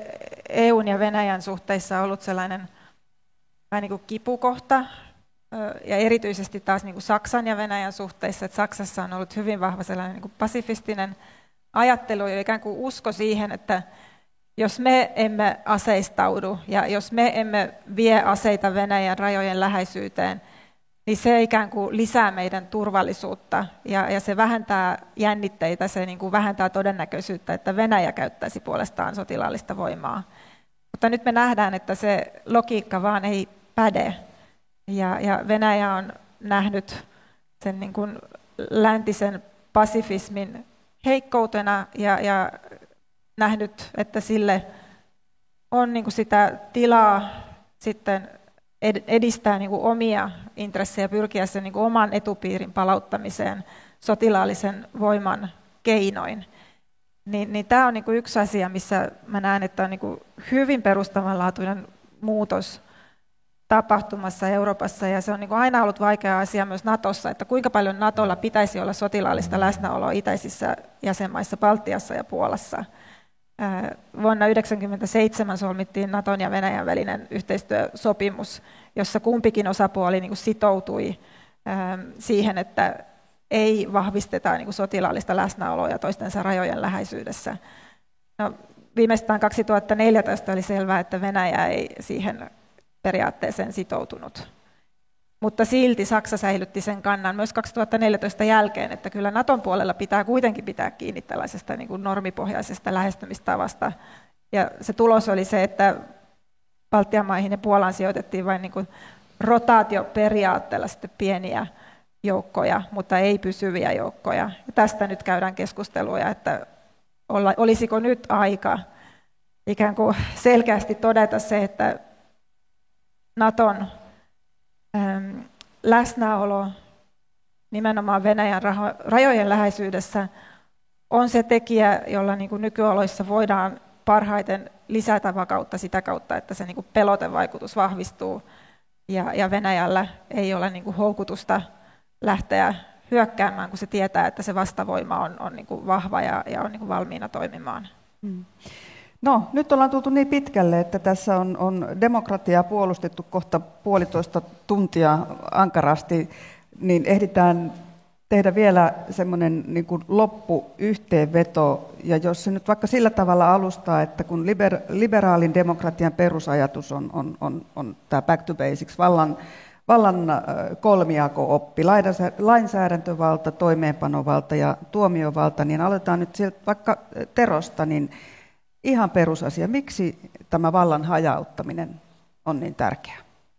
E U:n ja Venäjän suhteissa ollut sellainen vähän niin kuin kipukohta, ja erityisesti taas niin kuin Saksan ja Venäjän suhteissa, että Saksassa on ollut hyvin vahva sellainen niin kuin pasifistinen ajattelu ja ikään kuin usko siihen, että jos me emme aseistaudu ja jos me emme vie aseita Venäjän rajojen läheisyyteen, niin se ikään kuin lisää meidän turvallisuutta ja, ja se vähentää jännitteitä, se niin kuin vähentää todennäköisyyttä, että Venäjä käyttäisi puolestaan sotilaallista voimaa. Mutta nyt me nähdään, että se logiikka vaan ei päde. Ja, ja Venäjä on nähnyt sen niin kuin läntisen pasifismin heikkoutena ja, ja nähnyt, että sille on niin kuin sitä tilaa sitten edistää niin kuin omia intressejä, pyrkiä sen niin kuin oman etupiirin palauttamiseen sotilaallisen voiman keinoin. Niin, niin tämä on niin kuin yksi asia, missä mä näen, että on niin kuin hyvin perustavanlaatuinen muutos tapahtumassa Euroopassa, ja se on niin kuin aina ollut vaikea asia myös Natossa, että kuinka paljon Natolla pitäisi olla sotilaallista läsnäoloa itäisissä jäsenmaissa, Baltiassa ja Puolassa. Vuonna yhdeksänkymmentäseitsemän solmittiin Naton ja Venäjän välinen yhteistyösopimus, jossa kumpikin osapuoli niin kuin sitoutui siihen, että ei vahvisteta niin kuin sotilaallista läsnäoloa toistensa rajojen läheisyydessä. No, viimeistään kaksituhattaneljätoista oli selvää, että Venäjä ei siihen periaatteeseen sitoutunut. Mutta silti Saksa säilytti sen kannan myös kaksituhattaneljätoista jälkeen, että kyllä Naton puolella pitää kuitenkin pitää kiinni tällaisesta niin kuin normipohjaisesta lähestymistavasta. Ja se tulos oli se, että Baltian maihin ja Puolaan sijoitettiin vain niin kuin rotaatioperiaatteella sitten pieniä joukkoja, mutta ei pysyviä joukkoja. Ja tästä nyt käydään keskusteluja, että olisiko nyt aika ikään kuin selkeästi todeta se, että Naton ähm, läsnäolo nimenomaan Venäjän raho- rajojen läheisyydessä on se tekijä, jolla niin kuin nykyoloissa voidaan parhaiten lisätä vakautta sitä kautta, että se niin kuin pelotevaikutus vahvistuu ja, ja Venäjällä ei ole niin kuin houkutusta lähteä hyökkäämään, kun se tietää, että se vastavoima on, on niin kuin vahva ja, ja on niin kuin valmiina toimimaan. Hmm. No, nyt ollaan tultu niin pitkälle, että tässä on, on demokratiaa puolustettu kohta puolitoista tuntia ankarasti, niin ehditään tehdä vielä semmoinen niin kuin loppuyhteenveto, ja jos se nyt vaikka sillä tavalla alustaa, että kun liber, liberaalin demokratian perusajatus on, on, on, on tämä back to basics, vallan, vallan kolmijako-oppi, lainsäädäntövalta, toimeenpanovalta ja tuomiovalta, niin aloitetaan nyt sieltä vaikka Terosta, niin ihan perusasia. Miksi tämä vallan hajauttaminen on niin tärkeää?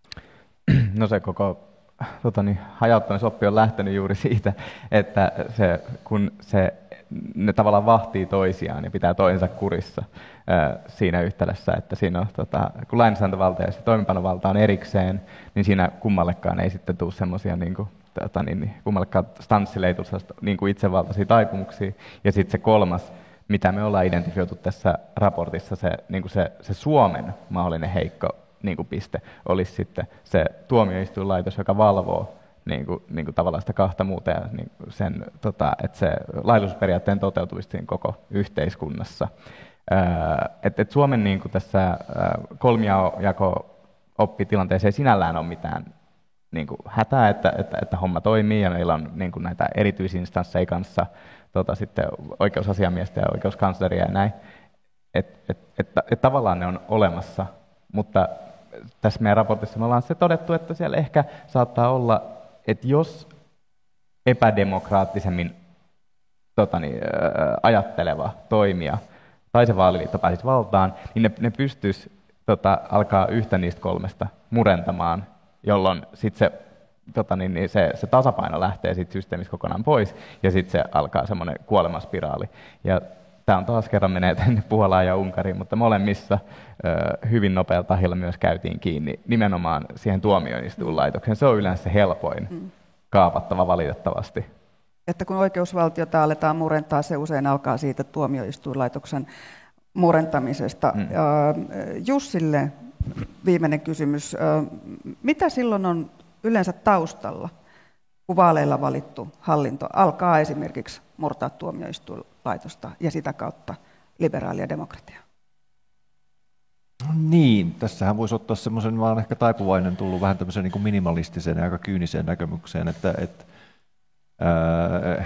No se koko tota niin, hajauttamisoppi on lähtenyt juuri siitä, että se, kun se, ne tavallaan vahtii toisiaan ja pitää toisensa kurissa ää, siinä yhtälössä, että siinä on, tota, kun lainsäädäntövalta ja se toimeenpanovalta on erikseen, niin siinä kummallekaan ei sitten tule semmoisia niin kuin, tota, niin, kummallekaan stanssille ei tule niin kuin itsevaltaisia taipumuksia. Ja sitten se kolmas, mitä me ollaan identifioitu tässä raportissa, se, niin kuin se, se Suomen mahdollinen heikko niin kuin piste olisi sitten se tuomioistuinlaitos, joka valvoo niin kuin, niin kuin tavallaan sitä kahta muuta ja niin sen, tota, että se laillisuusperiaatteen toteutuisi siinä koko yhteiskunnassa. Että et Suomen niin kuin tässä kolmijako-oppitilanteeseen ei sinällään ole mitään niin kuin hätää, että, että, että homma toimii ja meillä on niin kuin näitä erityisinstansseja kanssa, tota, sitten oikeusasiamiestä ja oikeuskansleria ja näin. Että et, et, et tavallaan ne on olemassa, mutta tässä meidän raportissa me ollaan se todettu, että siellä ehkä saattaa olla että jos epädemokraattisemmin totani, ää, ajatteleva toimija tai se vaaliliitto pääsisi valtaan, niin ne, ne pystyisi tota, alkaa yhtä niistä kolmesta murentamaan, jolloin sit se, tota, niin, niin se, se tasapaino lähtee siitä systeemistä kokonaan pois, ja sitten se alkaa semmoinen kuolemaspiraali. Ja tämä on taas kerran menee tänne Puolaan ja Unkariin, mutta molemmissa ö, hyvin nopealla tahilla myös käytiin kiinni nimenomaan siihen tuomioistuinlaitokseen. Se on yleensä se helpoin mm. kaapattava valitettavasti. Että kun oikeusvaltiota aletaan murentaa, se usein alkaa siitä tuomioistuinlaitoksen murentamisesta. Mm. Jussille viimeinen kysymys. Mitä silloin on yleensä taustalla, kun vaaleilla valittu hallinto alkaa esimerkiksi murtaa tuomioistuinlaitosta ja sitä kautta liberaalia demokratiaa? Niin, tässähän voisi ottaa semmoisen, mä olen ehkä taipuvainen tullut vähän tämmöiseen niin kuin minimalistiseen ja aika kyyniseen näkemykseen, että, että ää,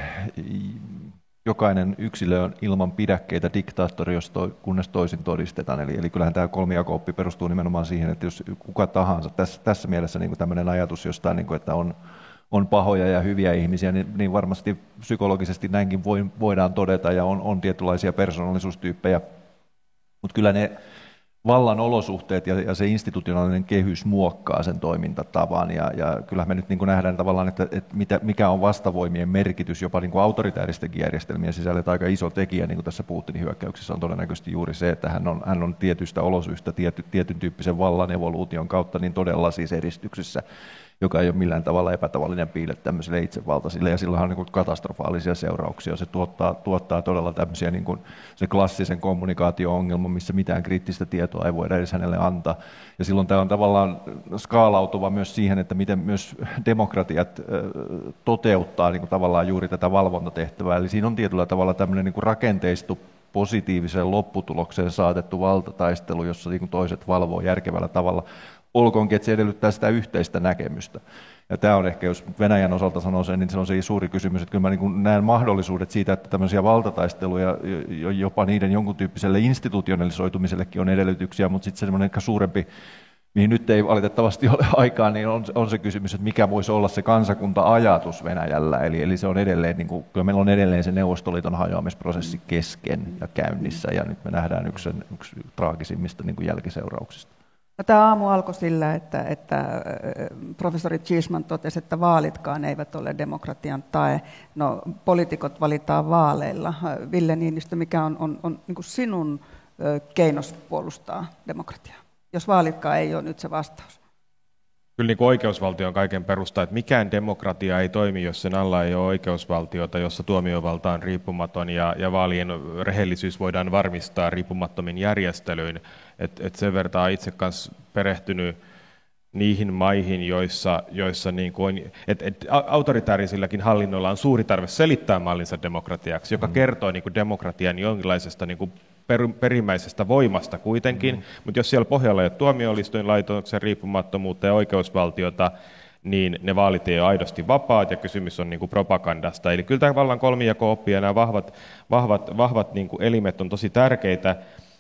jokainen yksilö on ilman pidäkkeitä diktaattori, jos toi, kunnes toisin todistetaan. Eli, eli kyllähän tämä kolmijako-oppi perustuu nimenomaan siihen, että jos kuka tahansa, tässä, tässä mielessä niin kuin tämmöinen ajatus jostain, niin kuin, että on, on pahoja ja hyviä ihmisiä, niin, niin varmasti psykologisesti näinkin voi, voidaan todeta, ja on, on tietynlaisia persoonallisuustyyppejä, mutta kyllä ne vallan olosuhteet ja, ja se institutionaalinen kehys muokkaa sen toimintatavan, ja, ja kyllähän me nyt niin kuin nähdään tavallaan, että, että mitä, mikä on vastavoimien merkitys jopa niin kuin autoritääristen järjestelmien sisällä, että aika iso tekijä, niin kuin tässä Putinin hyökkäyksessä on todennäköisesti juuri se, että hän on, hän on tietystä olosyistä tiety, tietyn tyyppisen vallan evoluution kautta niin todella siis edistyksessä, joka ei ole millään tavalla epätavallinen piile tämmöisille itsevaltaisille, ja sillä on niin kuin katastrofaalisia seurauksia. Se tuottaa, tuottaa todella tämmöisiä niin kuin se klassisen kommunikaatio-ongelma, missä mitään kriittistä tietoa ei voida edes hänelle antaa. Ja silloin tämä on tavallaan skaalautuva myös siihen, että miten myös demokratiat toteuttaa niin kuin tavallaan juuri tätä valvontatehtävää. Eli siinä on tietyllä tavalla tämmöinen niin kuin rakenteistu, positiiviseen lopputulokseen saatettu valtataistelu, jossa niin kuin toiset valvoo järkevällä tavalla. Olkoonkin, että se edellyttää sitä yhteistä näkemystä. Ja tämä on ehkä, jos Venäjän osalta sanoo sen, niin se on se suuri kysymys, että kyllä mä niin näen mahdollisuudet siitä, että tämmöisiä valtataisteluja, jopa niiden jonkun tyyppiselle institutionalisoitumisellekin on edellytyksiä, mutta sitten semmoinen ehkä suurempi, mihin nyt ei valitettavasti ole aikaa, niin on, on se kysymys, että mikä voisi olla se kansakunta-ajatus Venäjällä. Eli, eli se on edelleen, niin kuin, kyllä meillä on edelleen se Neuvostoliiton hajoamisprosessi kesken ja käynnissä, ja nyt me nähdään yksi, yksi traagisimmista niin kuin jälkiseurauksista. No, tämä aamu alkoi sillä, että, että professori Cheeseman totesi, että vaalitkaan eivät ole demokratian tae. No, poliitikot valitaan vaaleilla. Ville Niinistö, mikä on, on, on niin kuin sinun keinos puolustaa demokratiaa, jos vaalitkaan ei ole nyt se vastaus? Kyllä niin kuin oikeusvaltio on kaiken perusta, että mikään demokratia ei toimi, jos sen alla ei ole oikeusvaltiota, jossa tuomiovalta on riippumaton ja, ja vaalien rehellisyys voidaan varmistaa riippumattomin järjestelyin. Et, et sen verran olen itse kanssa perehtynyt niihin maihin, joissa, joissa niin kuin, et, et autoritäärisilläkin hallinnoilla on suuri tarve selittää mallinsa demokratiaksi, joka kertoo niin kuin demokratian jonkinlaisesta niin kuin per, perimmäisestä voimasta kuitenkin, mm. mutta jos siellä pohjalla ei ole tuomioistuinlaitoksen riippumattomuutta ja oikeusvaltiota, niin ne vaalit ei ole aidosti vapaat ja kysymys on niin kuin propagandasta. Eli kyllä tämä vallan kolmijako-oppi ja nämä vahvat, vahvat, vahvat niin kuin elimet on tosi tärkeitä.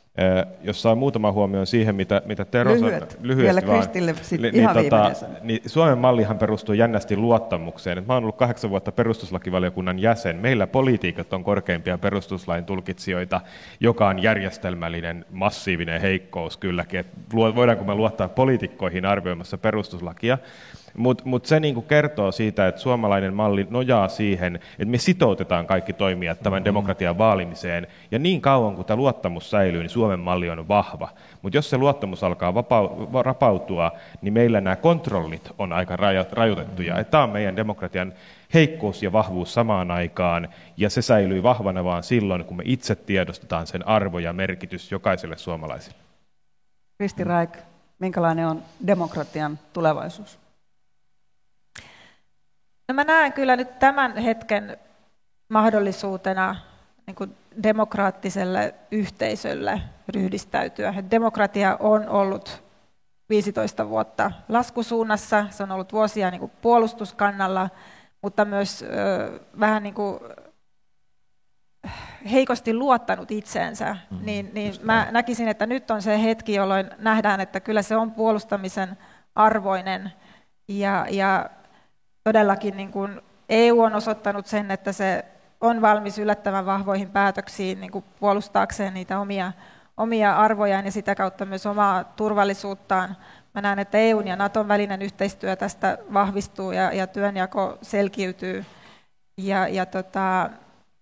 Jos saa muutama huomioon siihen, mitä, mitä Tero sanoi, lyhyesti vielä vaan, Kristille niin, ihan niin, tota, niin Suomen mallihan perustuu jännästi luottamukseen. Et mä oon ollut kahdeksan vuotta perustuslakivaliokunnan jäsen. Meillä poliitikot on korkeimpia perustuslain tulkitsijoita, joka on järjestelmällinen, massiivinen heikkous kylläkin. Et voidaanko me luottaa poliitikkoihin arvioimassa perustuslakia? Mutta mut se niinku kertoo siitä, että suomalainen malli nojaa siihen, että me sitoutetaan kaikki toimijat tämän demokratian vaalimiseen, ja niin kauan kuin tämä luottamus säilyy, niin Suomen malli on vahva. Mutta jos se luottamus alkaa vapau- rapautua, niin meillä nämä kontrollit on aika rajoitettuja. Tämä on meidän demokratian heikkous ja vahvuus samaan aikaan, ja se säilyy vahvana vaan silloin, kun me itse tiedostetaan sen arvo ja merkitys jokaiselle suomalaiselle. Kristi Raik, minkälainen on demokratian tulevaisuus? No, mä näen kyllä nyt tämän hetken mahdollisuutena niin kuin demokraattiselle yhteisölle ryhdistäytyä. Demokratia on ollut viisitoista vuotta laskusuunnassa, se on ollut vuosia niin kuin puolustuskannalla, mutta myös ö, vähän niin kuin heikosti luottanut itseensä. Mm, niin, niin mä näkisin, että nyt on se hetki, jolloin nähdään, että kyllä se on puolustamisen arvoinen ja, ja todellakin niin kuin E U on osoittanut sen, että se on valmis yllättävän vahvoihin päätöksiin niin kuin puolustaakseen niitä omia, omia arvojaan ja sitä kautta myös omaa turvallisuuttaan. Mä näen, että E U:n ja Naton välinen yhteistyö tästä vahvistuu ja, ja työnjako selkiytyy. Ja, ja, tota,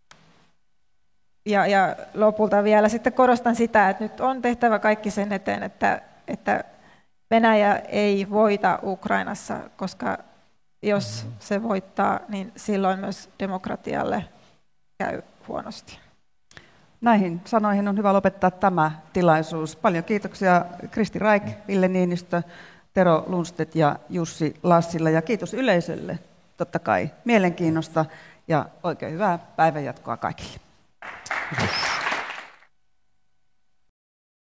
ja, ja lopulta vielä sitten korostan sitä, että nyt on tehtävä kaikki sen eteen, että, että Venäjä ei voita Ukrainassa, koska jos se voittaa, niin silloin myös demokratialle käy huonosti. Näihin sanoihin on hyvä lopettaa tämä tilaisuus. Paljon kiitoksia Kristi Raik, Ville Niinistö, Tero Lundstedt ja Jussi Lassila. Ja kiitos yleisölle totta kai mielenkiinnosta ja oikein hyvää päivänjatkoa kaikille. Kiitos.